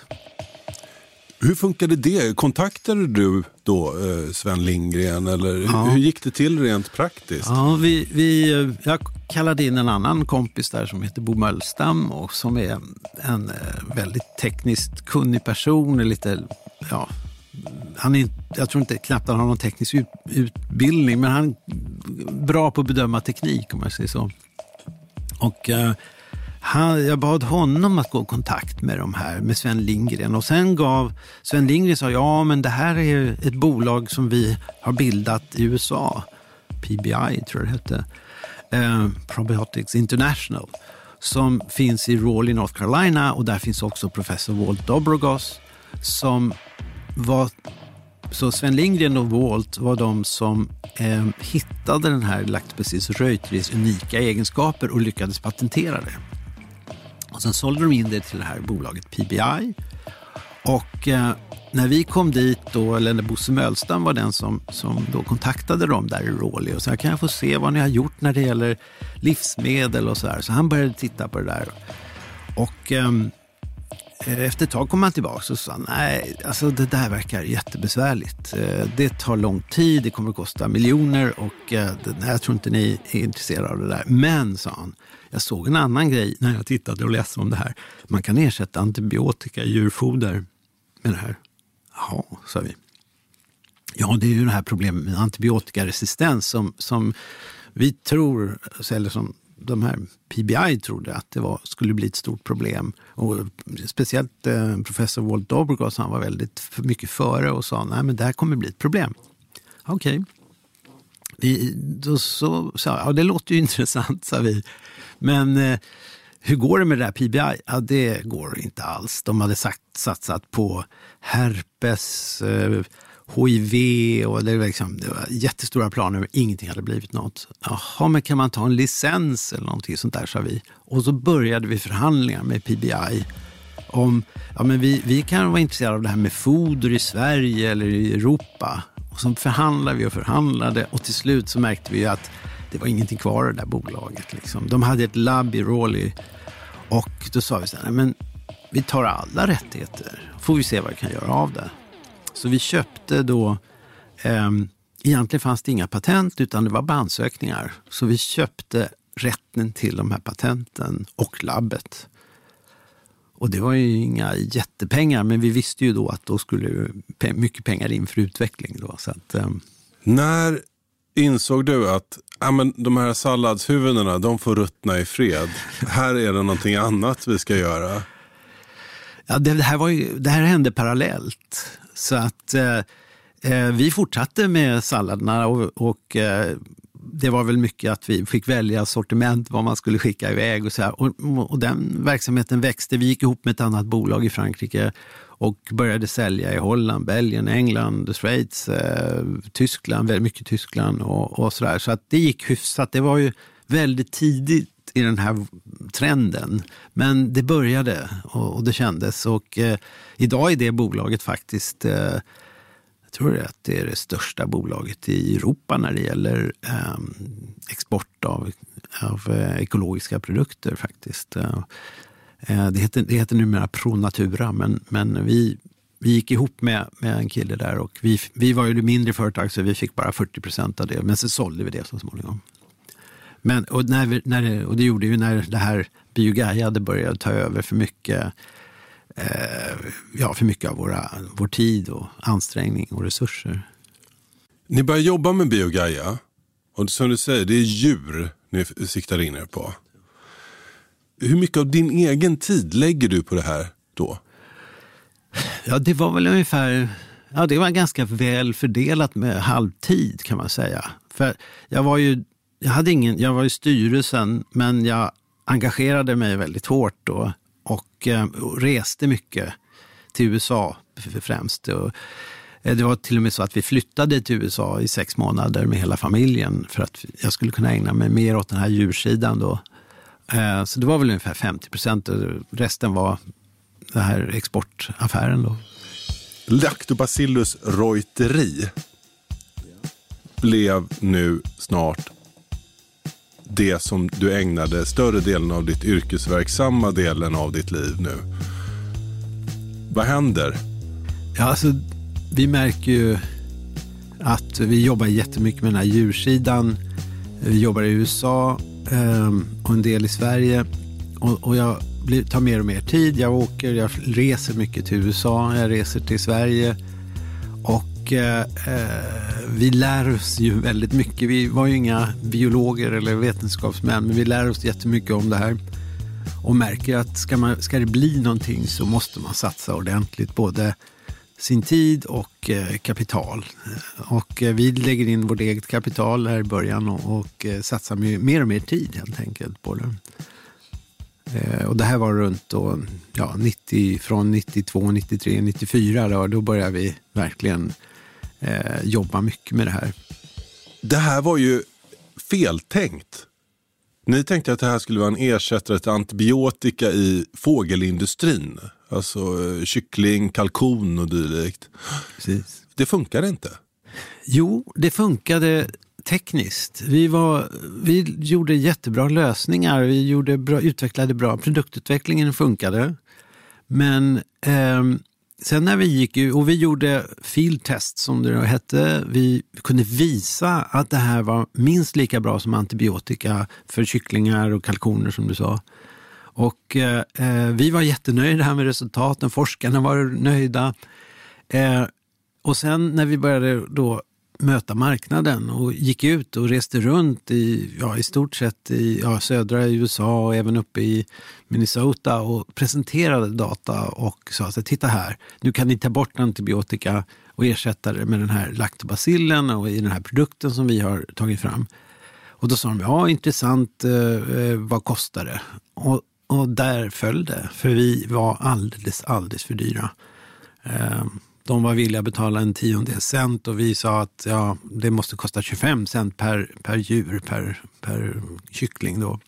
[SPEAKER 6] Hur funkade det? Kontaktade du då Sven Lindgren? Eller ja. Hur gick det till rent praktiskt?
[SPEAKER 5] Ja, vi, vi, jag kallade in en annan kompis där som heter Bo Möllstam, och som är en väldigt tekniskt kunnig person. Lite, ja... Han är, jag tror inte knappt han har någon teknisk ut, utbildning, men han är bra på att bedöma teknik, om jag säger så. Och eh, han, jag bad honom att gå i kontakt med de här, med Sven Lindgren. Och sen gav Sven Lindgren, sa ja, men det här är ett bolag som vi har bildat i U S A. P B I tror jag det hette. Eh, Probiotics International. Som finns i Raleigh, North Carolina, och där finns också professor Walt Dobrogos som var, så Sven Lindgren och Walt var de som eh, hittade den här Lactobacillus reuteri unika egenskaper och lyckades patentera det. Och sen sålde de in det till det här bolaget P B I. Och eh, när vi kom dit då, eller när Bosse Möllstam var den som, som då kontaktade dem där i Raleigh, och så här, kan jag få se vad ni har gjort när det gäller livsmedel och så här. Så han började titta på det där. Och eh, efter ett tag kom han tillbaka och sa, nej, alltså det där verkar jättebesvärligt. Det tar lång tid, det kommer att kosta miljoner, och jag tror inte ni är intresserade av det där. Men, sa han, jag såg en annan grej när jag tittade och läste om det här. Man kan ersätta antibiotika i djurfoder med det här. Ja, sa vi. Ja, det är ju det här problemet med antibiotikaresistens som, som vi tror, eller som de här P B I trodde att det var, skulle bli ett stort problem. Och speciellt eh, professor Walt Dobrogos, han var väldigt för mycket före och sa, nej men det här kommer bli ett problem. Okej. Okay. Då så sa ja, det låter ju intressant, sa vi. Men eh, hur går det med det här P B I? Ja, det går inte alls. De hade sagt, satsat på herpes, eh, H I V, och det var, liksom, det var jättestora planer, men ingenting hade blivit något. Jaha, men kan man ta en licens eller någonting sånt där, sa vi. Och så började vi förhandlingar med P B I om, ja men vi, vi kan vara intresserade av det här med foder i Sverige eller i Europa. Och så förhandlade vi och förhandlade, och till slut så märkte vi ju att det var ingenting kvar i det där bolaget. Liksom. De hade ett labb i Raleigh, och då sa vi så här, men vi tar alla rättigheter, får vi se vad vi kan göra av det. Så vi köpte då, eh, egentligen fanns det inga patent utan det var bara ansökningar. Så vi köpte rätten till de här patenten och labbet. Och det var ju inga jättepengar, men vi visste ju då att då skulle pe- mycket pengar in för utveckling. Då, så att, um...
[SPEAKER 6] När insåg du att ja, men de här salladshuvudena, de får ruttna i fred. Här är det någonting annat vi ska göra.
[SPEAKER 5] Ja, det, det, här var ju, det här hände parallellt. Så att eh, vi fortsatte med salladerna och, och eh, det var väl mycket att vi fick välja sortiment, vad man skulle skicka iväg och så här. Och, och den verksamheten växte. Vi gick ihop med ett annat bolag i Frankrike och började sälja i Holland, Belgien, England, Schweiz, eh, Tyskland, väldigt mycket Tyskland och, och sådär. Så att det gick hyfsat. Det var ju väldigt tidigt i den här trenden. Men det började och, och det kändes. Och eh, idag är det bolaget faktiskt, eh, jag tror att det är det största bolaget i Europa när det gäller eh, export av, av eh, ekologiska produkter faktiskt. Eh, det, heter, det heter numera Pro Natura, men, men vi, vi gick ihop med, med en kille där och vi, vi var ju det mindre företag så vi fick bara fyrtio procent av det. Men så sålde vi det så småningom. Men, och, när vi, när det, och det gjorde vi när det här Biogaia hade börjat ta över för mycket, eh, ja, för mycket av våra, vår tid och ansträngning och resurser.
[SPEAKER 6] Ni börjar jobba med Biogaia och som du säger, det är djur ni siktar in er på. Hur mycket av din egen tid lägger du på det här då?
[SPEAKER 5] Ja, det var väl ungefär, ja, det var ganska väl fördelat med halvtid kan man säga. För jag var ju Jag, hade ingen, jag var i styrelsen, men jag engagerade mig väldigt hårt då och, eh, och reste mycket till U S A främst. Och, eh, det var till och med så att vi flyttade till U S A i sex månader med hela familjen för att jag skulle kunna ägna mig mer åt den här djursidan då. Eh, så det var väl ungefär femtio procent och resten var den här exportaffären då.
[SPEAKER 6] Lactobacillus reuteri blev nu snart det som du ägnade större delen av ditt yrkesverksamma delen av ditt liv nu. Vad händer?
[SPEAKER 5] Ja, alltså vi märker ju att vi jobbar jättemycket med den här djursidan. Vi jobbar i U S A um, och en del i Sverige. Och, och jag blir, tar mer och mer tid. Jag åker, jag reser mycket till U S A. Jag reser till Sverige. Och eh, vi lär oss ju väldigt mycket. Vi var ju inga biologer eller vetenskapsmän, men vi lär oss jättemycket om det här. Och märker att ska, man, ska det bli någonting så måste man satsa ordentligt. Både sin tid och eh, kapital. Och eh, vi lägger in vårt eget kapital här i början och, och eh, satsar mer och mer tid helt enkelt på det. Eh, och det här var runt då, ja, nittio, från nittiotvå, nittiotre, nittiofyra då, då började vi verkligen eh, jobba mycket med det här.
[SPEAKER 6] Det här var ju feltänkt. Ni tänkte att det här skulle vara en ersättare till antibiotika i fågelindustrin. Alltså kyckling, kalkon och dylikt.
[SPEAKER 5] Precis.
[SPEAKER 6] Det funkar inte.
[SPEAKER 5] Jo, det funkade tekniskt. Vi, var, vi gjorde jättebra lösningar. Vi gjorde bra, utvecklade bra. Produktutvecklingen funkade. Men eh, sen när vi gick ut och vi gjorde field test som det hette. Vi kunde visa att det här var minst lika bra som antibiotika för kycklingar och kalkoner som du sa. Och eh, vi var jättenöjda här med resultaten. Forskarna var nöjda. Eh, och sen när vi började då möta marknaden och gick ut och reste runt i, ja, i stort sett i ja, södra U S A och även uppe i Minnesota och presenterade data och sa att titta här, nu kan ni ta bort antibiotika och ersätta det med den här lactobacillen och i den här produkten som vi har tagit fram. Och då sa de, ja intressant, eh, vad kostar det? Och, och där föll det, för vi var alldeles, alldeles för dyra. Eh, De var villiga att betala en tiondel cent och vi sa att ja, det måste kosta tjugofem cent per, per djur, per, per kyckling då.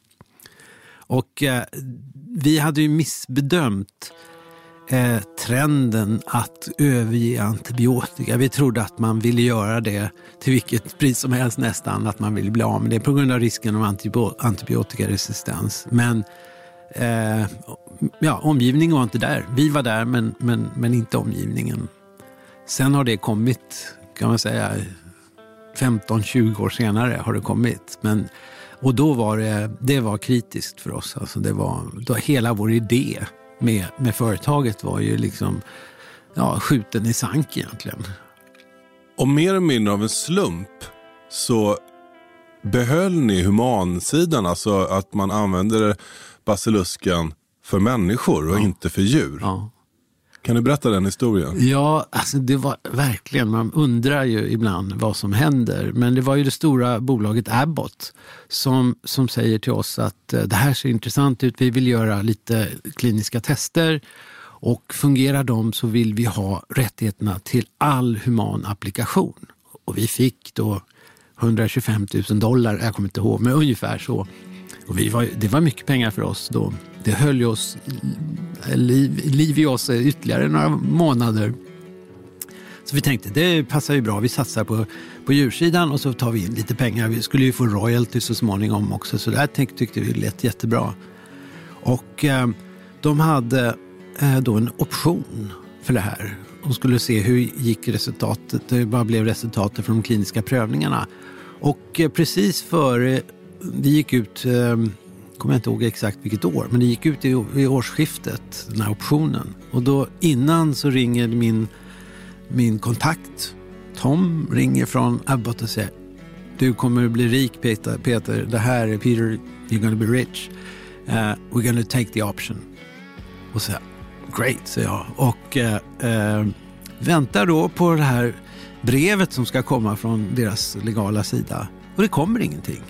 [SPEAKER 5] Och eh, vi hade ju missbedömt eh, trenden att överge antibiotika. Vi trodde att man ville göra det till vilket pris som helst nästan, att man ville bli av med det på grund av risken om antibiotikaresistens. Men eh, ja, omgivningen var inte där. Vi var där men, men, men inte omgivningen. Sen har det kommit, kan man säga, femton tjugo år senare har det kommit. Men, och då var det, det var kritiskt för oss. Alltså det var, då hela vår idé med, med företaget var ju liksom ja, skjuten i sank egentligen.
[SPEAKER 6] Och mer eller mindre av en slump så behöll ni humansidan, alltså att man använder basiluskan för människor och ja. inte för djur.
[SPEAKER 5] Ja.
[SPEAKER 6] Kan du berätta den historien?
[SPEAKER 5] Ja, alltså det var verkligen, man undrar ju ibland vad som händer. Men det var ju det stora bolaget Abbott som, som säger till oss att det här ser intressant ut, vi vill göra lite kliniska tester. Och fungerar de så vill vi ha rättigheterna till all human applikation. Och vi fick då hundratjugofem tusen dollar, jag kommer inte ihåg, men ungefär så. Och vi var, det var mycket pengar för oss då. Det höll ju oss, liv, liv i oss ytterligare några månader. Så vi tänkte, det passar ju bra. Vi satsar på, på djursidan och så tar vi in lite pengar. Vi skulle ju få royalty så småningom också. Så det här tyckte, tyckte vi lät jättebra. Och eh, de hade eh, då en option för det här. De skulle se hur gick resultatet, det bara blev resultatet från de kliniska prövningarna. Och eh, precis före det gick ut, eh, kommer jag inte ihåg exakt vilket år, men det gick ut i, i årsskiftet, den här optionen. Och då innan så ringer min, min kontakt, Tom, ringer från Abbott och säger: du kommer att bli rik, Peter, Peter. Det här är Peter, you're gonna be rich. Uh, we're gonna take the option. Och så, great, säger jag. Och uh, uh, väntar då på det här brevet som ska komma från deras legala sida. Och det kommer ingenting.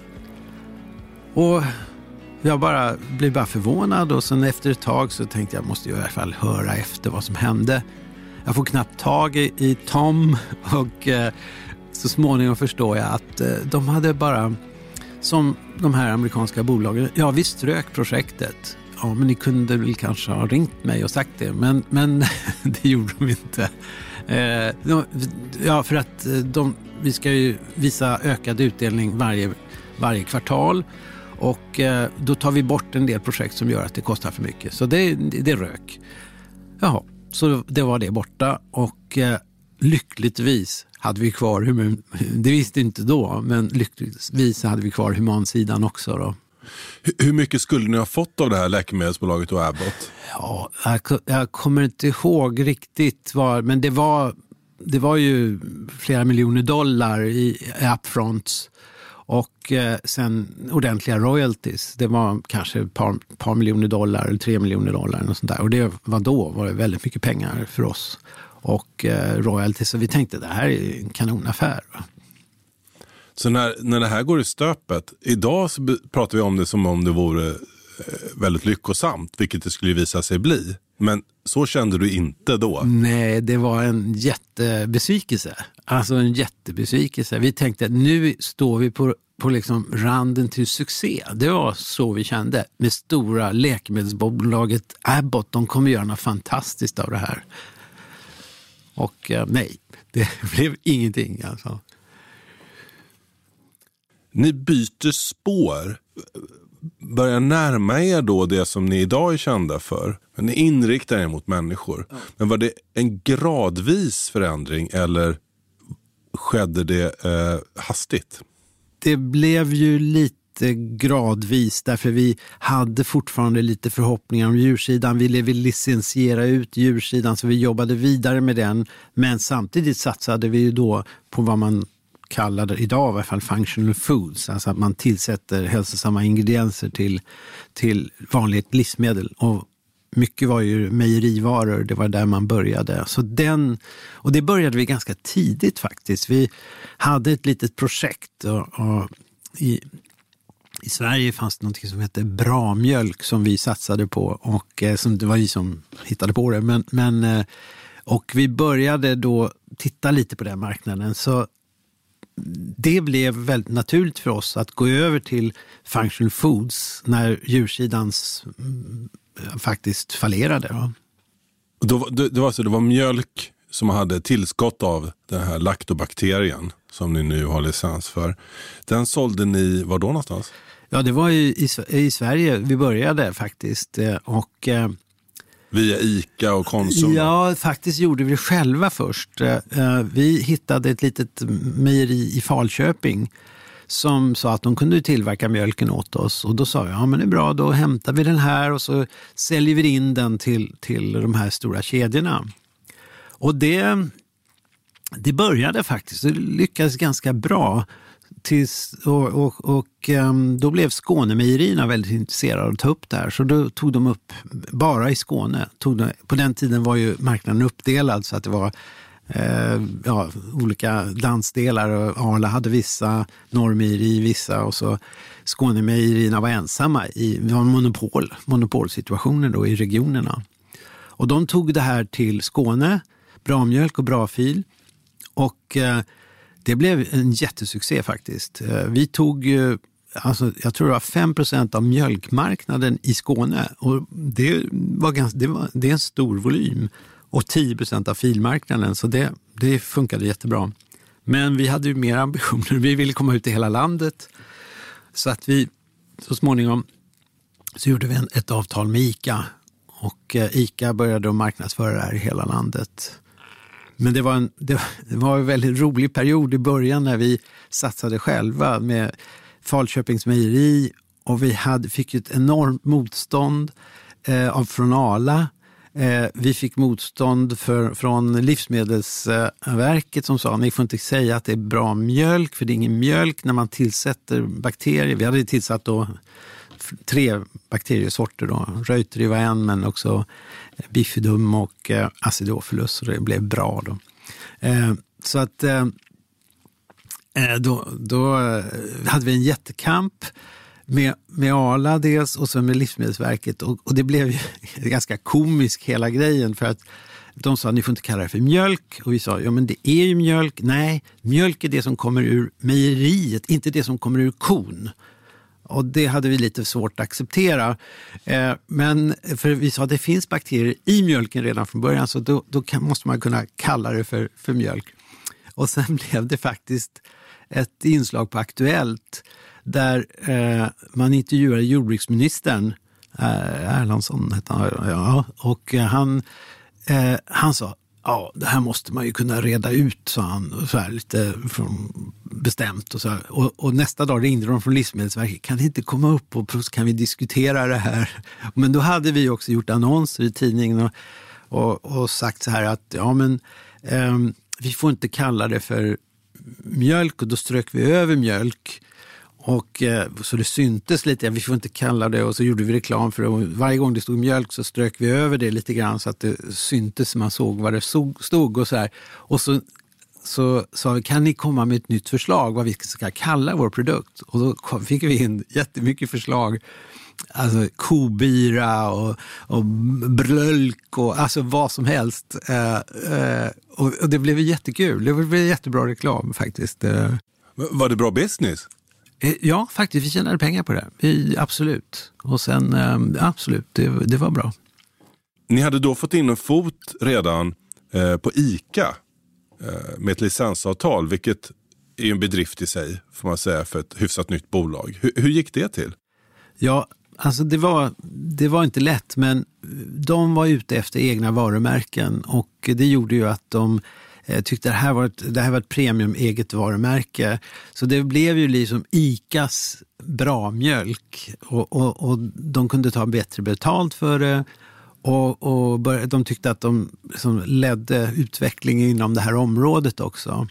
[SPEAKER 5] Och jag bara blir bara förvånad, och sen efter ett tag så tänkte jag måste ju i alla fall höra efter vad som hände. Jag får knappt tag i, i Tom, och eh, så småningom förstår jag att eh, de hade bara, som de här amerikanska bolagen, ja vi strök projektet. Ja, men ni kunde väl kanske ha ringt mig och sagt det, men, men det gjorde de inte. Eh, de, ja, för att de, vi ska ju visa ökad utdelning varje, varje kvartal. Och eh, då tar vi bort en del projekt som gör att det kostar för mycket. Så det, det, det rök. Jaha, så det var det borta. Och eh, lyckligtvis hade vi kvar, human, det visste inte då, men lyckligtvis hade vi kvar humansidan också då.
[SPEAKER 6] Hur, hur mycket skulle ni ha fått av det här läkemedelsbolaget och Abbott?
[SPEAKER 5] Ja, jag, jag kommer inte ihåg riktigt vad, men det var, det var ju flera miljoner dollar i upfronts. Och eh, sen ordentliga royalties. Det var kanske ett par, par miljoner dollar eller tre miljoner dollar och sånt där. Och det var då var det väldigt mycket pengar för oss. Och eh, royalties. Så vi tänkte det här är en kanonaffär.
[SPEAKER 6] Så när, när det här går i stöpet, idag så pratar vi om det som om det vore eh, väldigt lyckosamt, vilket det skulle visa sig bli. Men så kände du inte då?
[SPEAKER 5] Nej, det var en jättebesvikelse. Alltså en jättebesvikelse. Vi tänkte att nu står vi på, på liksom randen till succé. Det var så vi kände. Med stora läkemedelsbolaget Abbott. De kommer göra något fantastiskt av det här. Och eh, nej, det blev ingenting alltså.
[SPEAKER 6] Ni byter spår. Börjar närma er då det som ni idag är kända för. Men ni inriktar er mot människor. Ja. Men var det en gradvis förändring eller skedde det eh, hastigt?
[SPEAKER 5] Det blev ju lite gradvis, därför vi hade fortfarande lite förhoppningar om djursidan. Vi ville licensiera ut djursidan, så vi jobbade vidare med den. Men samtidigt satsade vi ju då på vad man kallade idag i alla fall functional foods. Alltså att man tillsätter hälsosamma ingredienser till, till vanligt livsmedel. Och mycket var ju mejerivaror, det var där man började. Så den, och det började vi ganska tidigt faktiskt. Vi hade ett litet projekt och, och i, i Sverige fanns det något som hette Bra mjölk som vi satsade på, och eh, som det var vi som hittade på det. Men, men, eh, och vi började då titta lite på den marknaden, så det blev väldigt naturligt för oss att gå över till functional foods när djursidans mm, faktiskt fallerade. Ja.
[SPEAKER 6] Då, det, det, var så, det var mjölk som hade tillskott av den här laktobakterien som ni nu har licens för. Den sålde ni var då någonstans?
[SPEAKER 5] Ja, det var i, i, i Sverige vi började faktiskt. Och, eh,
[SPEAKER 6] via ICA och Konsum?
[SPEAKER 5] Ja, faktiskt gjorde vi det själva först. Eh, vi hittade ett litet mejeri i Falköping som sa att de kunde tillverka mjölken åt oss. Och då sa jag, ja men det är bra, då hämtar vi den här och så säljer vi in den till, till de här stora kedjorna. Och det, det började faktiskt, det lyckades ganska bra. Tills, och och, och um, då blev Skånemejerierna väldigt intresserade av att ta upp det här. Så då tog de upp, bara i Skåne, tog de, på den tiden var ju marknaden uppdelad så att det var eh, ja, olika landsdelar. Och Arla hade vissa, Norrmejeri vissa och så Skånemejerierna var ensamma i det var monopol, monopolsituationer då i regionerna. Och de tog det här till Skåne, bra mjölk och bra fil och eh, det blev en jättesuccé faktiskt. Vi tog, alltså, jag tror det var fem procent av mjölkmarknaden i Skåne. Och det, var ganska, det, var, det är en stor volym. Och tio procent av filmarknaden. Så det, det funkade jättebra. Men vi hade ju mer ambitioner. Vi ville komma ut i hela landet. Så att vi så småningom så gjorde vi en, ett avtal med ICA. Och ICA började att marknadsföra det här i hela landet. Men det var, en, det var en väldigt rolig period i början när vi satsade själva med Falköpings mejeri och vi hade, fick ett enormt motstånd eh, av från Arla. Eh, vi fick motstånd för, från Livsmedelsverket som sa att ni får inte säga att det är bra mjölk för det är ingen mjölk när man tillsätter bakterier. Vi hade tillsatt då tre bakteriesorter då. Reuteri var en men också bifidum och eh, acidophilus så det blev bra då. Eh, så att eh, då, då hade vi en jättekamp med, med Arla dels och så med Livsmedelsverket och, och det blev ju ganska komisk hela grejen för att de sa att ni får inte kalla det för mjölk och vi sa ja men det är ju mjölk. Nej, mjölk är det som kommer ur mejeriet, inte det som kommer ur kon. Och det hade vi lite svårt att acceptera. Eh, men för vi sa att det finns bakterier i mjölken redan från början så då, då kan, måste man kunna kalla det för, för mjölk. Och sen blev det faktiskt ett inslag på Aktuellt där eh, man intervjuade jordbruksministern eh, Erlandsson hette han, ja, och han, eh, han sa ja, det här måste man ju kunna reda ut, sa han så här, lite från bestämt. Och, så här. Och, och nästa dag ringde de från Livsmedelsverket. Kan det inte komma upp och kan vi diskutera det här? Men då hade vi också gjort annonser i tidningen och, och, och sagt så här att ja, men eh, vi får inte kalla det för mjölk och då strök vi över mjölk. Och så det syntes lite, vi får inte kalla det och så gjorde vi reklam för det och varje gång det stod mjölk så strök vi över det lite grann så att det syntes så man såg vad det stod och så här. Och så så sa vi, kan ni komma med ett nytt förslag vad vi ska kalla vår produkt? Och då fick vi in jättemycket förslag. Alltså kobira och, och brölk och alltså vad som helst. Eh, eh, och, och det blev jättekul, det blev jättebra reklam faktiskt. Eh.
[SPEAKER 6] Var det bra business?
[SPEAKER 5] Ja, faktiskt. Vi tjänade pengar på det. Vi, absolut. Och sen, eh, absolut, det, det var bra.
[SPEAKER 6] Ni hade då fått in en fot redan eh, på ICA eh, med ett licensavtal, vilket är en bedrift i sig, får man säga, för ett hyfsat nytt bolag. Hur, hur gick det till?
[SPEAKER 5] Ja, alltså det var, det var inte lätt, men de var ute efter egna varumärken och det gjorde ju att de Jag tyckte det här var ett, det här var ett premium eget varumärke. Så det blev ju liksom ICAs bra mjölk. Och, och, och de kunde ta bättre betalt för det. Och, och bör, de tyckte att de liksom ledde utvecklingen inom det här området också.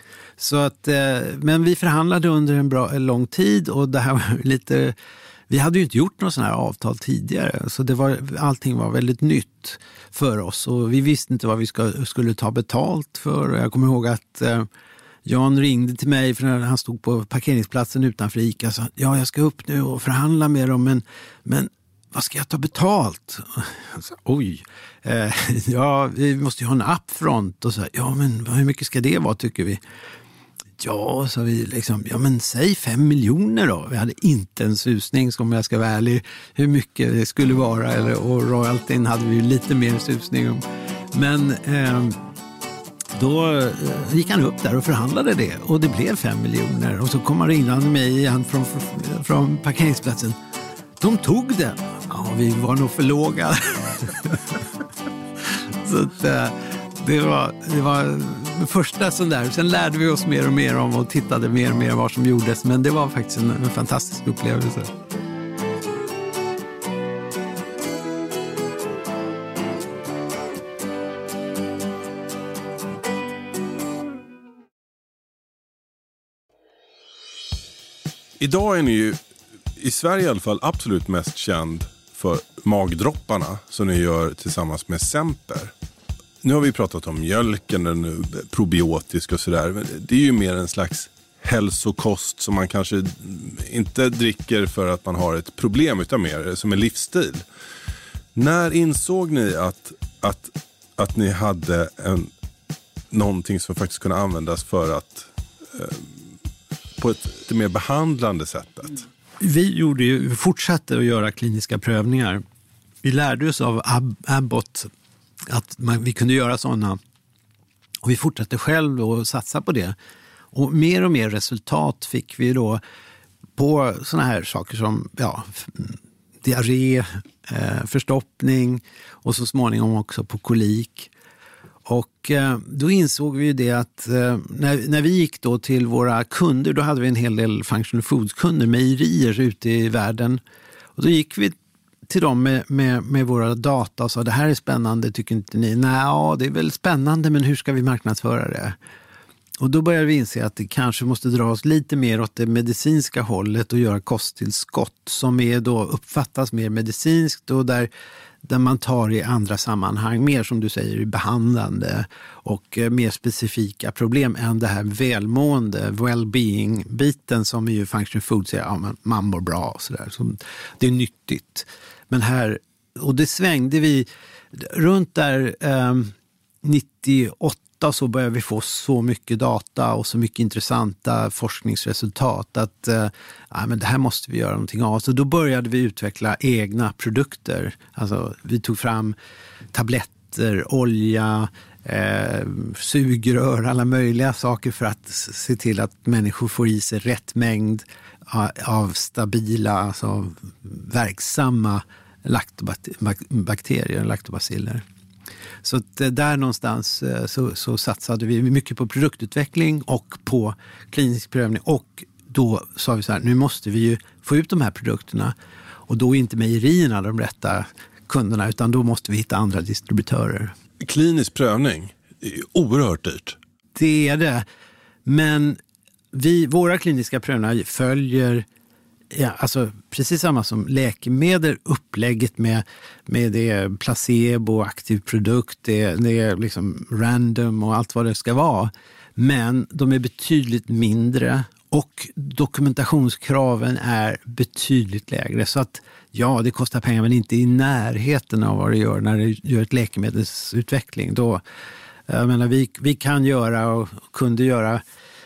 [SPEAKER 5] Så att, men vi förhandlade under en, bra, en lång tid. Och det här var lite... Vi hade ju inte gjort något sån här avtal tidigare så det var, allting var väldigt nytt för oss och vi visste inte vad vi ska, skulle ta betalt för. Jag kommer ihåg att eh, Jan ringde till mig för när han stod på parkeringsplatsen utanför ICA och sa ja, jag ska upp nu och förhandla med dem men, men vad ska jag ta betalt? Så, oj, eh, ja, vi måste ju ha en upfront och så ja, men hur mycket ska det vara tycker vi? Ja, så vi liksom, ja men säg fem miljoner då. Vi hade inte en susning, som jag ska vara ärlig, hur mycket det skulle vara. Eller, och royaltyn hade vi ju lite mer susning om. Men eh, då eh, gick han upp där och förhandlade det. Och det blev fem miljoner. Och så kom han ringande mig igen från, från parkeringsplatsen. De tog det. Ja, vi var nog för låga. Så att, eh, det var... Det var första sån där. Sen lärde vi oss mer och mer om och tittade mer och mer vad som gjordes. Men det var faktiskt en, en fantastisk upplevelse.
[SPEAKER 6] Idag är ni ju, i Sverige i alla fall, absolut mest känd för magdropparna som ni gör tillsammans med Semper. Nu har vi pratat om mjölken, den probiotisk och sådär. Det är ju mer en slags hälsokost som man kanske inte dricker för att man har ett problem utan mer som en livsstil. När insåg ni att, att, att ni hade en, någonting som faktiskt kunde användas för att eh, på ett lite mer behandlande sättet?
[SPEAKER 5] Vi gjorde ju, fortsatte att göra kliniska prövningar. Vi lärde oss av Ab- Abbott att man, vi kunde göra sådana. Och vi fortsatte själv att satsa på det. Och mer och mer resultat fick vi då på såna här saker som ja, diarré, eh, förstoppning och så småningom också på kolik. Och eh, då insåg vi ju det att eh, när, när vi gick då till våra kunder, då hade vi en hel del functional foods-kunder, mejerier ute i världen. Och då gick vi till dem med, med, med våra data och sa, det här är spännande, tycker inte ni? Nej, ja, det är väl spännande, men hur ska vi marknadsföra det? Och då började vi inse att det kanske måste dra oss lite mer åt det medicinska hållet och göra kosttillskott som är då uppfattas mer medicinskt och där, där man tar i andra sammanhang, mer som du säger, behandlande och eh, mer specifika problem än det här välmående, well-being-biten som är ju functional food säger, ja, man, man mår bra och sådär. Så det är nyttigt. Men här, och det svängde vi runt där eh, nittioåtta så började vi få så mycket data och så mycket intressanta forskningsresultat att eh, ja, men det här måste vi göra någonting av. Så då började vi utveckla egna produkter. Alltså vi tog fram tabletter, olja, eh, sugrör, alla möjliga saker för att se till att människor får i sig rätt mängd av stabila, alltså verksamma laktobakterier, laktobaciller. Så att där någonstans så, så satsade vi mycket på produktutveckling och på klinisk prövning. Och då sa vi så här, nu måste vi ju få ut de här produkterna. Och då är inte mejerierna de rätta kunderna, utan då måste vi hitta andra distributörer.
[SPEAKER 6] Klinisk prövning är oerhört dyrt.
[SPEAKER 5] Det är det. Men vi, våra kliniska prövningar följer ja, alltså precis samma som läkemedel, upplägget med, med det placebo, aktiv produkt, det, det är liksom random och allt vad det ska vara. Men de är betydligt mindre och dokumentationskraven är betydligt lägre. Så att ja, det kostar pengar men inte i närheten av vad det gör när det gör ett läkemedelsutveckling. Då, jag menar, vi, vi kan göra och kunde göra.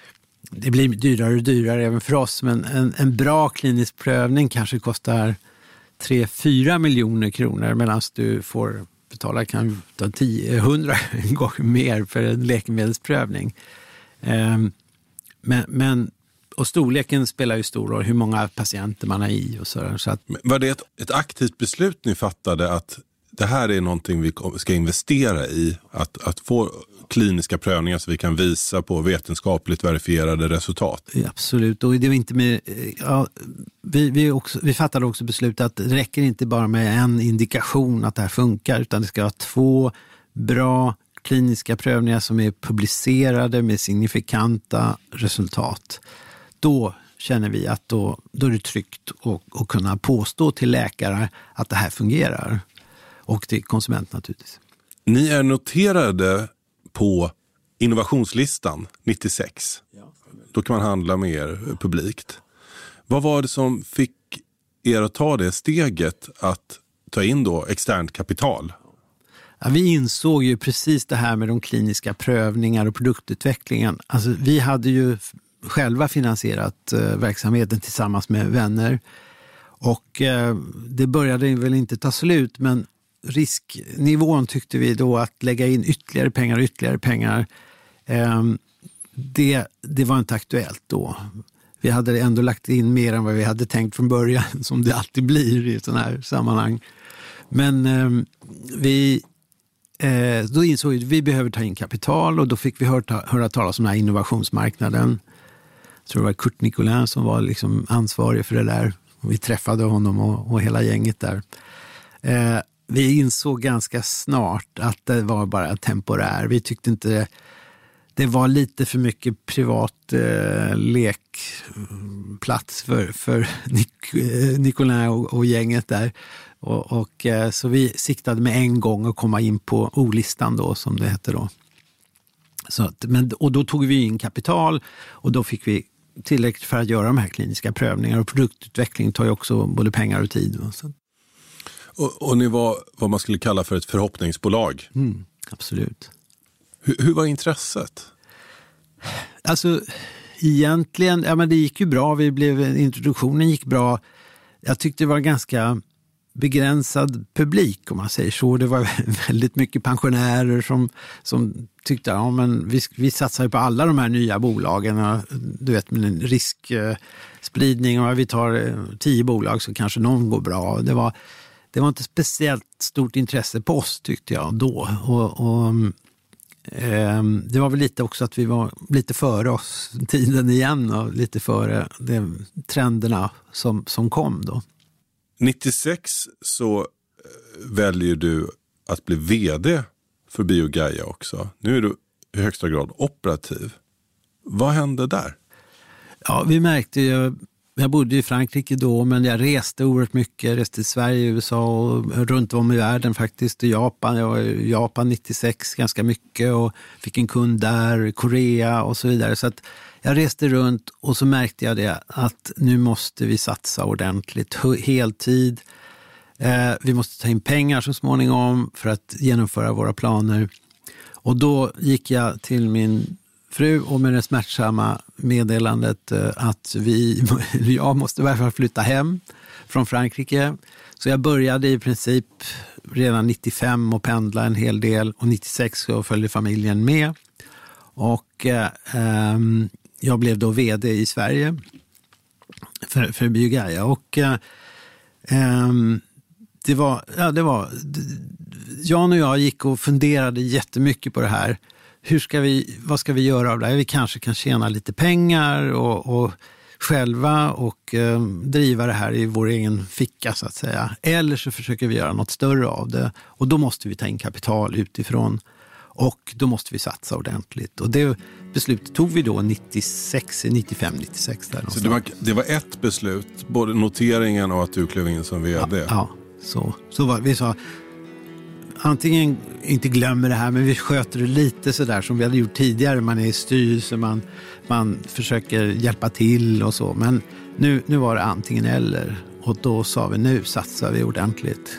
[SPEAKER 5] Det blir dyrare och dyrare även för oss, men en, en bra klinisk prövning kanske kostar tre till fyra miljoner kronor medan du får betala kan ta tio hundra gånger mer för en läkemedelsprövning. Um, men, men, och storleken spelar ju stor roll, hur många patienter man har i och så. så att,
[SPEAKER 6] var det ett, ett aktivt beslut ni fattade att det här är någonting vi ska investera i, att, att få kliniska prövningar så vi kan visa på vetenskapligt verifierade resultat?
[SPEAKER 5] Ja, absolut, och det var inte med, ja, vi, vi, också, vi fattade också beslut att det räcker inte bara med en indikation att det här funkar, utan det ska vara två bra kliniska prövningar som är publicerade med signifikanta resultat. Då känner vi att då, då är det tryggt att, att kunna påstå till läkare att det här fungerar. Och till konsument naturligtvis.
[SPEAKER 6] Ni är noterade på innovationslistan nittiosex. Då kan man handla med er publikt. Vad var det som fick er att ta det steget att ta in då externt kapital?
[SPEAKER 5] Ja, vi insåg ju precis det här med de kliniska prövningar och produktutvecklingen. Alltså, vi hade ju själva finansierat eh, verksamheten tillsammans med vänner. Och eh, det började väl inte ta slut, men risknivån tyckte vi då att lägga in ytterligare pengar och ytterligare pengar. Eh, det, det var inte aktuellt då. Vi hade ändå lagt in mer än vad vi hade tänkt från början, som det alltid blir i sådana här sammanhang. Men eh, vi eh, då insåg vi att vi behöver ta in kapital, och då fick vi höra, höra talas om den här innovationsmarknaden. Jag tror det var Curt Nicolin som var liksom ansvarig för det där. Vi träffade honom och, och hela gänget där. Eh, vi insåg ganska snart att det var bara temporär. Vi tyckte inte det, det var lite för mycket privat eh, lekplats för, för Nic, eh, Nicolin och, och gänget där. Och, och eh, så vi siktade med en gång att komma in på O-listan då, som det hette då. Så att, men, och då tog vi in kapital, och då fick vi tillräckligt för att göra de här kliniska prövningarna, och produktutveckling tar ju också både pengar och tid. Så.
[SPEAKER 6] Och, och ni var vad man skulle kalla för ett förhoppningsbolag.
[SPEAKER 5] Mm, absolut.
[SPEAKER 6] Hur, hur var intresset?
[SPEAKER 5] Alltså egentligen, ja men det gick ju bra, vi blev, introduktionen gick bra. Jag tyckte det var ganska begränsad publik, om man säger så. Det var väldigt mycket pensionärer som, som tyckte ja, men vi, vi satsar på alla de här nya bolagen. Du vet, med en riskspridning, och vi tar tio bolag så kanske någon går bra. Det var, det var inte speciellt stort intresse på oss, tyckte jag då. Och, och eh, det var väl lite också att vi var lite före oss tiden igen, och lite före de trenderna som, som kom då.
[SPEAKER 6] nittiosex så väljer du att bli vd för BioGaia också. Nu är du i högsta grad operativ. Vad hände där?
[SPEAKER 5] Ja, vi märkte ju, jag bodde i Frankrike då, men jag reste oerhört mycket. Jag reste i Sverige, U S A och runt om i världen faktiskt. I Japan, jag var i Japan nittiosex ganska mycket och fick en kund där, Korea och så vidare. Så att jag reste runt, och så märkte jag det att nu måste vi satsa ordentligt, heltid. Eh, vi måste ta in pengar så småningom för att genomföra våra planer. Och då gick jag till min fru och med det smärtsamma meddelandet eh, att vi, jag måste i alla fall flytta hem från Frankrike. Så jag började i princip redan nittiofem och pendla en hel del, och nittiosex så följde familjen med. Och eh, eh, jag blev då vd i Sverige för, för BioGaia, och eh, eh, det var, ja, det var, Jan och jag gick och funderade jättemycket på det här. Hur ska vi, vad ska vi göra av det här? Vi kanske kan tjäna lite pengar och, och själva och eh, driva det här i vår egen ficka så att säga. Eller så försöker vi göra något större av det, och då måste vi ta in kapital utifrån. Och då måste vi satsa ordentligt. Och det beslutet tog vi då nittiosex, nittiofem, nittiosex. Där
[SPEAKER 6] så det var, det var ett beslut, både noteringen och att du klev in som vd?
[SPEAKER 5] Ja, ja så, så var, vi sa antingen inte glömmer det här, men vi sköter det lite sådär som vi hade gjort tidigare. Man är i styrelse, man, man försöker hjälpa till och så. Men nu, nu var det antingen eller. Och då sa vi, nu satsar vi ordentligt.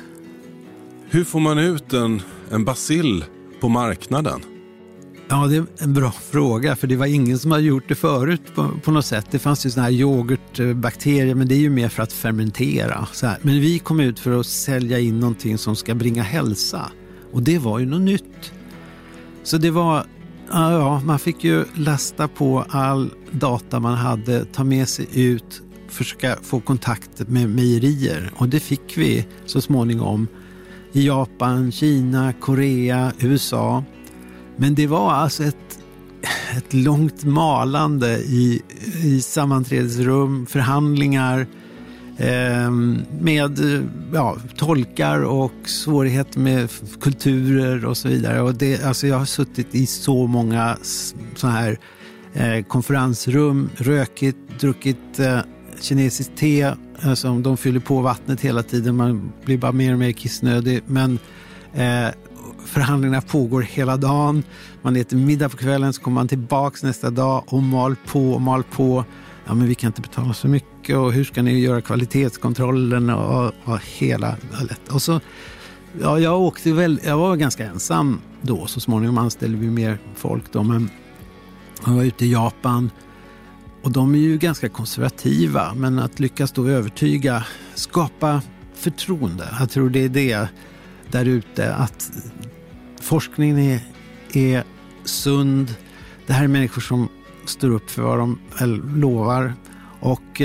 [SPEAKER 6] Hur får man ut en, en bacill på marknaden?
[SPEAKER 5] Ja, det är en bra fråga, för det var ingen som hade gjort det förut på, på något sätt. Det fanns ju såna här yoghurtbakterier, men det är ju mer för att fermentera. Så här. Men vi kom ut för att sälja in någonting som ska bringa hälsa. Och det var ju något nytt. Så det var, ja, man fick ju lasta på all data man hade, ta med sig ut, försöka få kontakt med mejerier. Och det fick vi så småningom i Japan, Kina, Korea, U S A. Men det var alltså ett, ett långt malande i, i sammanträdesrum, förhandlingar eh, med ja, tolkar och svårigheter med kulturer och så vidare. Och det, alltså jag har suttit i så många så här eh, konferensrum, rökit, druckit eh, kinesiskt te. Alltså, de fyller på vattnet hela tiden, man blir bara mer och mer kissnödig. Men eh, förhandlingarna pågår hela dagen. Man äter middag på kvällen, så kommer man tillbaks nästa dag och mal på och mal på. Ja, men vi kan inte betala så mycket, och hur ska ni göra kvalitetskontrollen och, och hela. Och så, ja, jag åkte väl, jag var ganska ensam då, så småningom anställde vi mer folk då, men jag var ute i Japan. Och de är ju ganska konservativa, men att lyckas då övertyga, skapa förtroende. Jag tror det är det där ute, att forskningen är, är sund. Det här är människor som står upp för vad de lovar. Och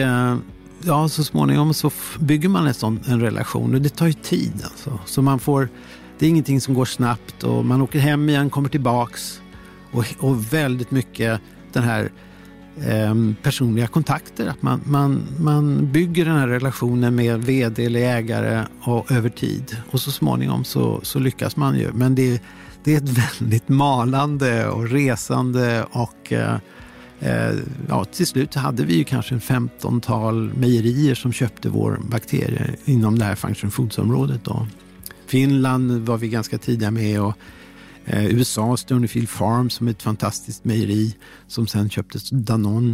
[SPEAKER 5] ja, så småningom så bygger man en sån en relation, och det tar ju tid alltså. Så man får Det är ingenting som går snabbt och man åker hem igen, kommer tillbaks och, och väldigt mycket den här eh, personliga kontakter. Att man, man, man bygger den här relationen med vd eller ägare och över tid. Och så småningom så, så lyckas man ju. Men det, det är ett väldigt malande och resande och eh, eh, ja, till slut hade vi ju kanske en femtontal mejerier som köpte vår bakterie inom det här function foods-området då. Finland var vi ganska tidiga med och eh, U S A, Stonyfield Farm som är ett fantastiskt mejeri som sen köptes Danone.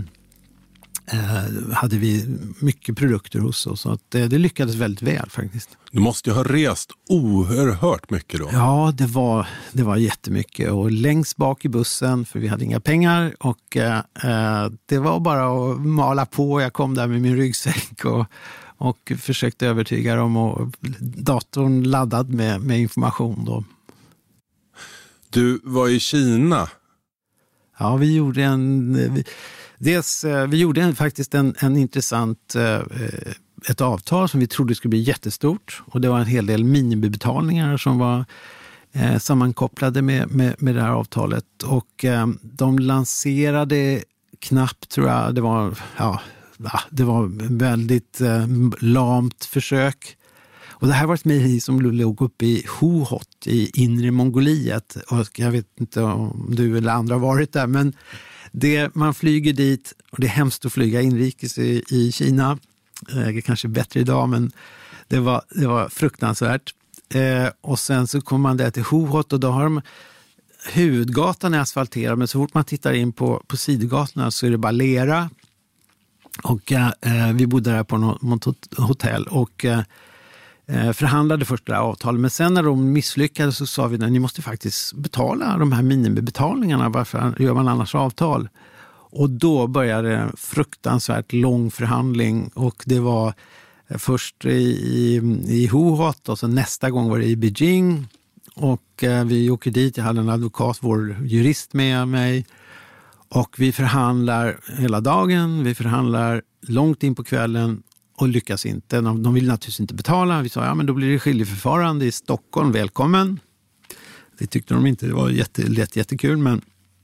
[SPEAKER 5] Eh, hade vi mycket produkter hos oss så att eh, det lyckades väldigt väl faktiskt.
[SPEAKER 6] Du måste ju ha rest oerhört mycket då.
[SPEAKER 5] Ja, det var, det var jättemycket och längst bak i bussen för vi hade inga pengar och eh, det var bara att mala på. Jag kom där med min ryggsäck och och försökte övertyga dem och datorn laddad med, med information då.
[SPEAKER 6] Du var i Kina.
[SPEAKER 5] Ja, vi gjorde en vi, dels, vi gjorde en, faktiskt en, en intressant ett avtal som vi trodde skulle bli jättestort och det var en hel del minimibetalningar som var eh, sammankopplade med, med, med det här avtalet och eh, de lanserade knappt tror jag, det var ja Ja, det var väldigt eh, lamt försök. Och det här var ett mejeri som låg uppe i Hohhot i inre Mongoliet. Och jag vet inte om du eller andra har varit där. Men det, man flyger dit och det är hemskt att flyga inrikes i, i Kina. Eh, kanske bättre idag men det var, det var fruktansvärt. Eh, och sen så kommer man där till Hohhot och då har de huvudgatan är asfalterad. Men så fort man tittar in på, på sidogatorna så är det bara lera. Och eh, vi bodde där på något hotell och eh, förhandlade först det här avtalet. Men sen när de misslyckades så sa vi att ni måste faktiskt betala de här minimibetalningarna. Varför gör man annars avtal? Och då började en fruktansvärt lång förhandling och det var först i, i, i Hohhot och så nästa gång var det i Beijing. Och eh, vi åker dit, jag hade en advokat, vår jurist med mig. Och vi förhandlar hela dagen, vi förhandlar långt in på kvällen och lyckas inte. De, de vill naturligtvis inte betala. Vi sa, ja men då blir det skiljeförfarande i Stockholm, välkommen. Det tyckte de inte, det var jätte, lätt, jättekul. Men,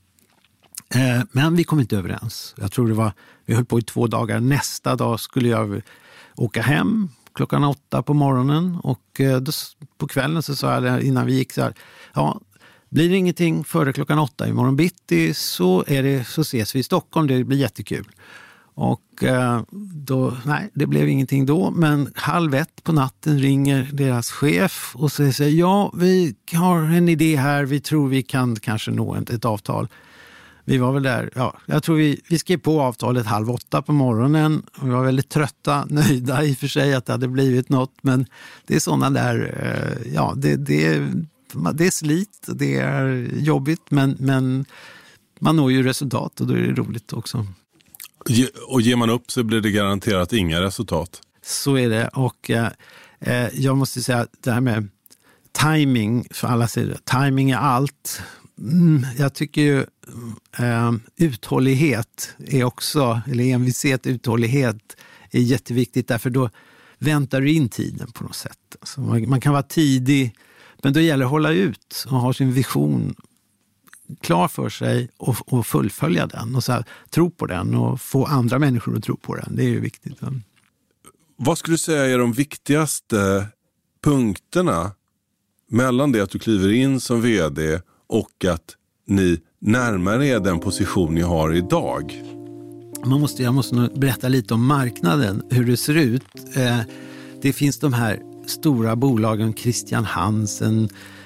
[SPEAKER 5] eh, men vi kom inte överens. Jag tror det var, vi höll på i två dagar. Nästa dag skulle jag åka hem klockan åtta på morgonen. Och eh, då, på kvällen så sa jag innan vi gick så här, ja, blir det ingenting före klockan åtta i morgon bitti så, är det, så ses vi i Stockholm. Det blir jättekul. Och eh, då, nej, det blev ingenting då. Men halv ett på natten ringer deras chef och säger ja, vi har en idé här. Vi tror vi kan kanske nå ett, ett avtal. Vi var väl där, ja, jag tror vi, vi skrev på avtalet halv åtta på morgonen. Och vi var väldigt trötta, nöjda i och för sig att det hade blivit något. Men det är sådana där, eh, ja, det, det Det är slit, det är jobbigt men, men man når ju resultat och då är det roligt också.
[SPEAKER 6] Ge, och ger man upp så blir det garanterat inga resultat.
[SPEAKER 5] Så är det och eh, jag måste säga att det här med timing, för alla säger det, timing är allt. Mm, jag tycker ju eh, uthållighet är också, eller envishet, uthållighet är jätteviktigt därför då väntar du in tiden på något sätt. Alltså man, man kan vara tidig. Men då gäller det att hålla ut och ha sin vision klar för sig och, och fullfölja den. Och så här, tro på den och få andra människor att tro på den. Det är ju viktigt.
[SPEAKER 6] Vad skulle du säga är de viktigaste punkterna mellan det att du kliver in som vd och att ni närmare är den position ni har idag?
[SPEAKER 5] Man måste, jag måste nog berätta lite om marknaden, hur det ser ut. Eh, det finns de här stora bolagen, Christian Hansen,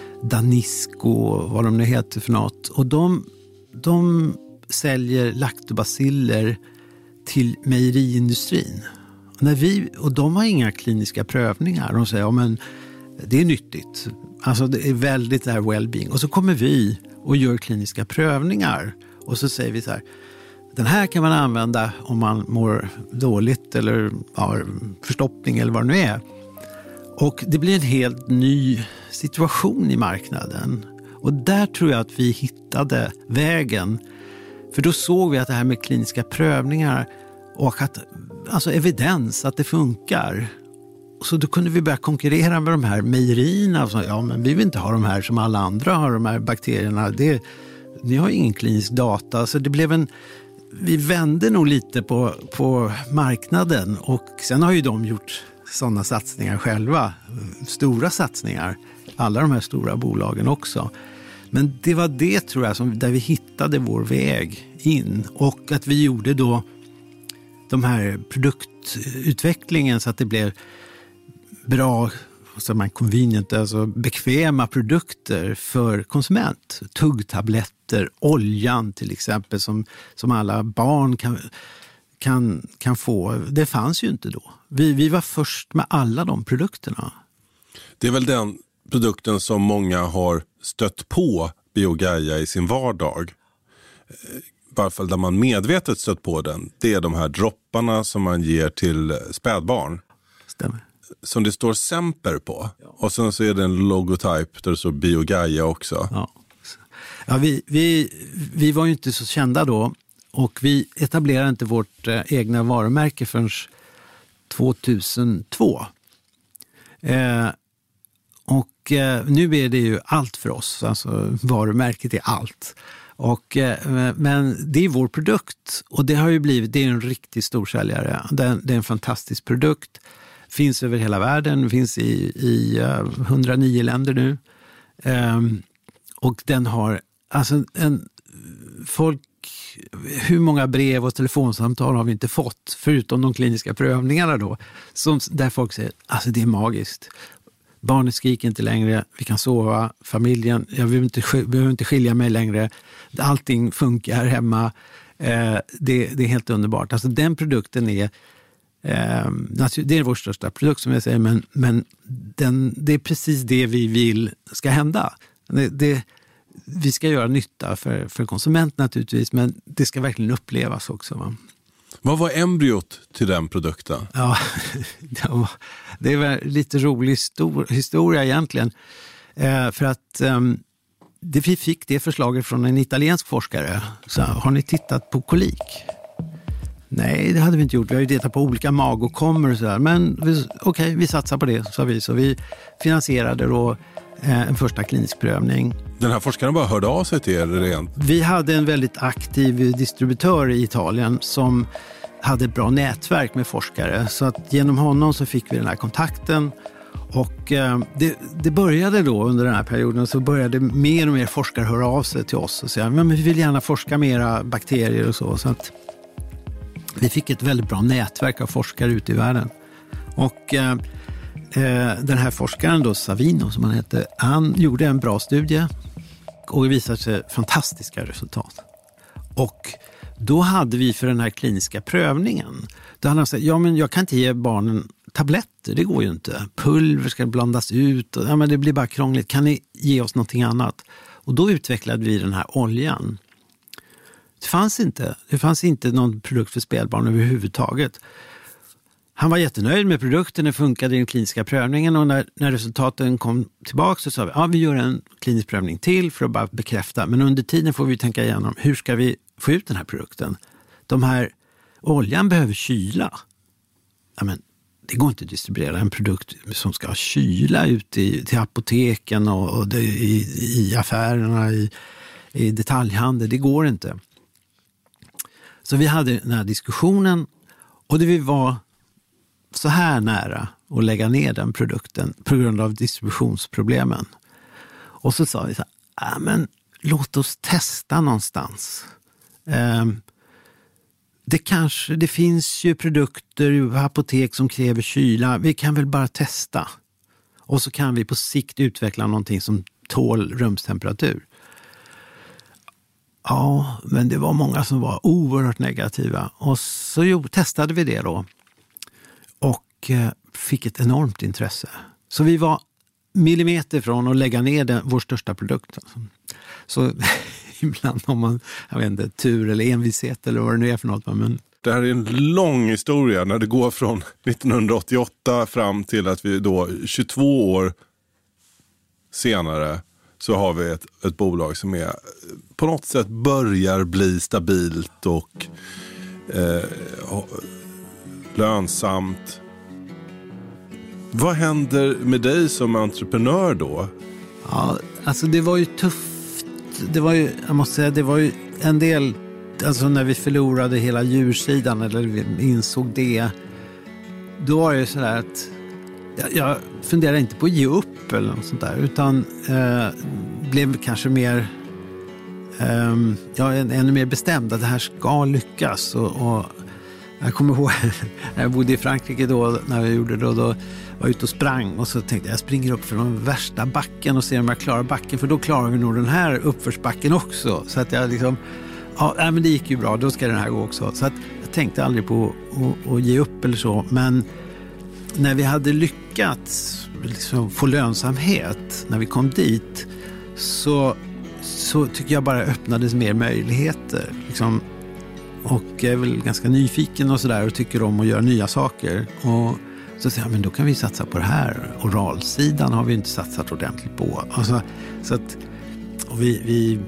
[SPEAKER 5] Danisco, vad de nu heter för något. Och de, de säljer laktobaciller till mejeriindustrin. Och, när vi, och de har inga kliniska prövningar. De säger, ja men det är nyttigt. Alltså det är väldigt det här well-being. Och så kommer vi och gör kliniska prövningar. Och så säger vi så här, den här kan man använda om man mår dåligt eller har förstoppning eller vad det nu är. Och det blir en helt ny situation i marknaden. Och där tror jag att vi hittade vägen. För då såg vi att det här med kliniska prövningar och att, alltså evidens att det funkar. så då kunde vi börja konkurrera med de här mejerierna. Så, ja, men vi vill inte ha de här som alla andra har, de här bakterierna. Det, ni har ingen klinisk data. Så det blev en... Vi vände nog lite på, på marknaden. Och sen har ju de gjort sådana satsningar själva. Stora satsningar. Alla de här stora bolagen också. Men det var det, tror jag, som, där vi hittade vår väg in. Och att vi gjorde då de här produktutvecklingen så att det blev bra, så man convenient, alltså bekväma produkter för konsument. Tuggtabletter, oljan till exempel som, som alla barn kan, kan, kan få. Det fanns ju inte då. Vi, vi var först med alla de produkterna.
[SPEAKER 6] Det är väl den produkten som många har stött på BioGaia i sin vardag. I varje fall där man medvetet stött på den. Det är de här dropparna som man ger till spädbarn.
[SPEAKER 5] Stämmer.
[SPEAKER 6] Som det står Semper på. Ja. Och sen så är det en logotyp där det står BioGaia också.
[SPEAKER 5] Ja. Ja, vi, vi, vi var ju inte så kända då. Och vi etablerade inte vårt eh, egna varumärke förrän tjugohundratvå. Eh, och eh, nu är det ju allt för oss. Alltså varumärket är allt. Och, eh, men det är vår produkt. Och det har ju blivit, det är en riktigt stor säljare. Det, det är en fantastisk produkt. Finns över hela världen, finns i, i uh, hundranio länder nu. Um, och den har, alltså en, folk, hur många brev och telefonsamtal har vi inte fått, förutom de kliniska prövningarna då, som, där folk säger, alltså det är magiskt. Barnet skriker inte längre, vi kan sova, familjen, jag behöver inte, behöver inte skilja mig längre, allting funkar hemma. Uh, det, det är helt underbart. Alltså den produkten är det är vår största produkt som jag säger, men, men den, det är precis det vi vill ska hända. Det, det, vi ska göra nytta för, för konsument naturligtvis, men det ska verkligen upplevas också. Va?
[SPEAKER 6] Vad var embryot till den produkten?
[SPEAKER 5] Ja, det, var, det var lite rolig stor, historia egentligen. Eh, för att eh, det, vi fick det förslaget från en italiensk forskare. Så, har ni tittat på kolik? Nej, det hade vi inte gjort. Vi har ju tittat på olika magåkommor och sådär. Men okej, okay, vi satsar på det, sa vi. Så vi finansierade då eh, en första klinisk prövning. Den
[SPEAKER 6] här forskaren bara hörde av sig till er rent?
[SPEAKER 5] Vi hade en väldigt aktiv distributör i Italien som hade ett bra nätverk med forskare. Så att genom honom så fick vi den här kontakten. Och eh, det, det började då under den här perioden, så började mer och mer forskare höra av sig till oss och säga, men vi vill gärna forska mera bakterier och så. Så att vi fick ett väldigt bra nätverk av forskare ute i världen. Och eh, eh, den här forskaren då, Savino som han hette, han gjorde en bra studie och det visade sig fantastiska resultat. Och då hade vi för den här kliniska prövningen, då hade han sagt, ja men jag kan inte ge barnen tabletter, det går ju inte. Pulver ska blandas ut och ja, men det blir bara krångligt. Kan ni ge oss någonting annat? Och då utvecklade vi den här oljan. Det fanns inte. Det fanns inte någon produkt för spädbarn överhuvudtaget. Han var jättenöjd med produkten, det funkade i den kliniska prövningen och när, när resultaten kom tillbaka så sa vi, ja vi gör en klinisk prövning till för att bara bekräfta. Men under tiden får vi tänka igenom, hur ska vi få ut den här produkten? De här, oljan behöver kyla. Ja, men det går inte att distribuera en produkt som ska ha kyla ut i, till apoteken och, och det, i, i affärerna, i, i detaljhandel. Det går inte. Så vi hade den här diskussionen och det vi var så här nära att lägga ner den produkten på grund av distributionsproblemen. Och så sa vi så här, äh, men låt oss testa någonstans. Um, det kanske, det finns ju produkter i apotek som kräver kyla. Vi kan väl bara testa. Och så kan vi på sikt utveckla någonting som tål rumstemperatur. Ja, men det var många som var oerhört negativa. Och så jo, testade vi det då. Och eh, fick ett enormt intresse. Så vi var millimeter från att lägga ner den, vår största produkt. Alltså. Så ibland har man, jag vet inte, tur eller envishet eller vad det nu är för något. Men...
[SPEAKER 6] Det här är en lång historia när det går från nittonhundraåttioåtta fram till att vi då tjugotvå år senare så har vi ett, ett bolag som är på något sätt börjar bli stabilt och eh, lönsamt. Vad händer med dig som entreprenör då?
[SPEAKER 5] Ja, alltså det var ju tufft. Det var ju, jag måste säga, det var ju en del, alltså när vi förlorade hela djursidan eller vi insåg det, då var det ju sådär att jag, jag funderade inte på att ge upp eller något sånt där, utan eh, blev kanske mer eh, ja, ännu mer bestämd att det här ska lyckas. Och, och jag kommer ihåg när jag bodde i Frankrike då, när vi gjorde det då, då var jag ute och sprang och så tänkte jag, jag springer upp för den värsta backen och ser om jag klarar backen, för då klarar vi nog den här uppförsbacken också. Så att jag liksom, ja men det gick ju bra, då ska den här gå också. Så att jag tänkte aldrig på att, att ge upp eller så, men när vi hade lyckats liksom få lönsamhet, när vi kom dit, så, så tycker jag bara öppnades mer möjligheter liksom. Och jag är väl ganska nyfiken och sådär och tycker om att göra nya saker. Och så säger jag, men då kan vi satsa på det här. Oralsidan har vi inte satsat ordentligt på. Alltså, så att, och vi, vi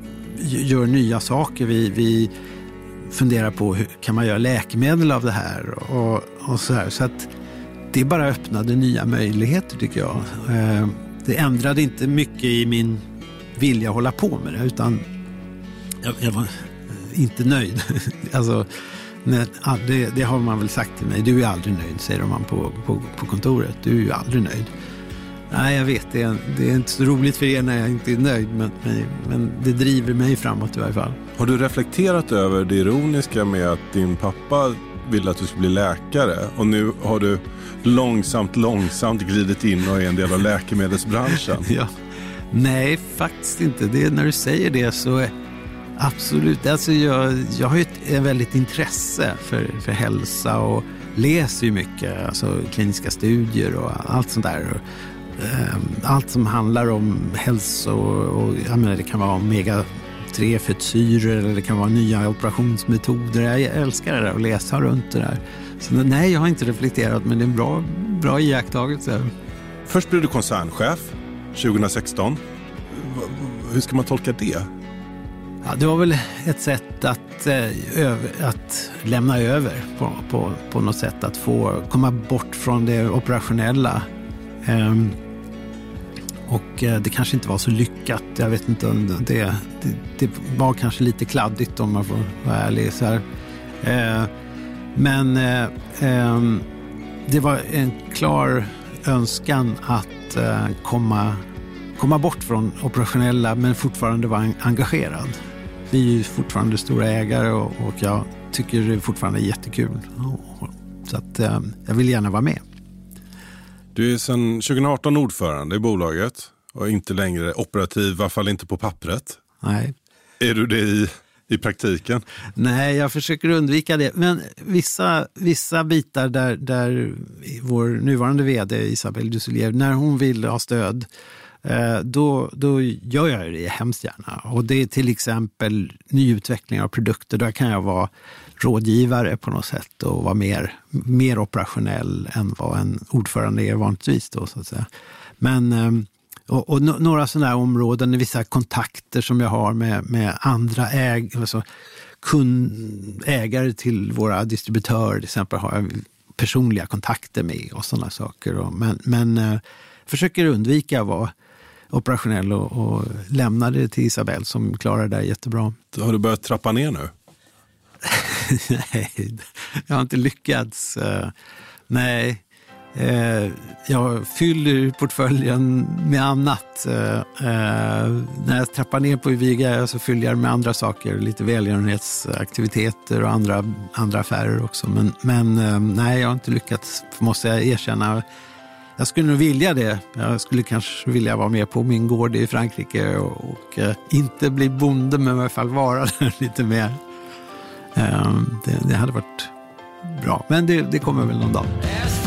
[SPEAKER 5] gör nya saker. Vi, vi funderar på hur kan man göra läkemedel av det här. Och, och så här. Så att det bara öppnade nya möjligheter tycker jag. Det ändrade inte mycket i min vilja att hålla på med det, utan jag, jag var inte nöjd. Alltså, nej, det, det har man väl sagt till mig. Du är aldrig nöjd, säger man på, på, på kontoret. Du är ju aldrig nöjd. Nej, jag vet. Det är, det är inte så roligt för er när jag inte är nöjd. Men, men, men det driver mig framåt i varje fall. Har
[SPEAKER 6] du reflekterat över det ironiska med att din pappa ville att du skulle bli läkare? Och nu har du långsamt, långsamt glidit in och är en del av läkemedelsbranschen. Ja. Nej, faktiskt inte. Det, när du säger det så är absolut. Alltså jag, jag har ju ett, ett väldigt intresse för, för hälsa och läser ju mycket, alltså kliniska studier och allt sånt där. Och, um, allt som handlar om hälsa och, och jag menar, det kan vara omega tre fettsyror eller det kan vara nya operationsmetoder. Jag älskar det där och läsa runt det där. Så nej, jag har inte reflekterat, men det är en bra, bra iakttagelse. Först blev du koncernchef tjugo sexton. Hur ska man tolka det?
[SPEAKER 5] Ja, det var väl ett sätt att, eh, över, att lämna över på, på, på något sätt. Att få komma bort från det operationella. Ehm, och eh, det kanske inte var så lyckat. Jag vet inte om det, det, det var kanske lite kladdigt om man får vara ärlig. Så här. Ehm, men eh, eh, det var en klar önskan att eh, komma, komma bort från operationella men fortfarande vara engagerad. Vi är ju fortfarande stora ägare och, och jag tycker det är fortfarande jättekul. Så att eh, jag vill gärna vara med.
[SPEAKER 6] Du är sedan tjugo arton ordförande i bolaget och inte längre operativ, i alla fall inte på pappret.
[SPEAKER 5] Nej.
[SPEAKER 6] Är du det i, i praktiken?
[SPEAKER 5] Nej, jag försöker undvika det. Men vissa, vissa bitar där, där vår nuvarande vd Isabelle Dusselier, när hon vill ha stöd, Då, då gör jag det hemskt gärna. Och det är till exempel nyutveckling av produkter. Där kan jag vara rådgivare på något sätt och vara mer, mer operationell än vad en ordförande är vanligtvis då, så att säga. Men, och, och några sådana här områden, vissa kontakter som jag har med, med andra äg, alltså kund, ägare till våra distributörer till exempel, har jag personliga kontakter med och sådana saker. Men, men försöker undvika att vara operationell och, och lämna det till Isabelle som klarar det där jättebra.
[SPEAKER 6] Har du börjat trappa ner nu?
[SPEAKER 5] Nej, jag har inte lyckats. Uh, nej, uh, jag fyller portföljen med annat. Uh, uh, när jag trappar ner på Viga så fyller jag med andra saker. Lite välgörenhetsaktiviteter och andra, andra affärer också. Men, men uh, nej, jag har inte lyckats, måste jag erkänna. Jag skulle nog vilja det. Jag skulle kanske vilja vara med på min gård i Frankrike och, och uh, inte bli bonde, men i alla fall vara där lite mer. Um, det, det hade varit bra. Men det, det kommer väl någon dag.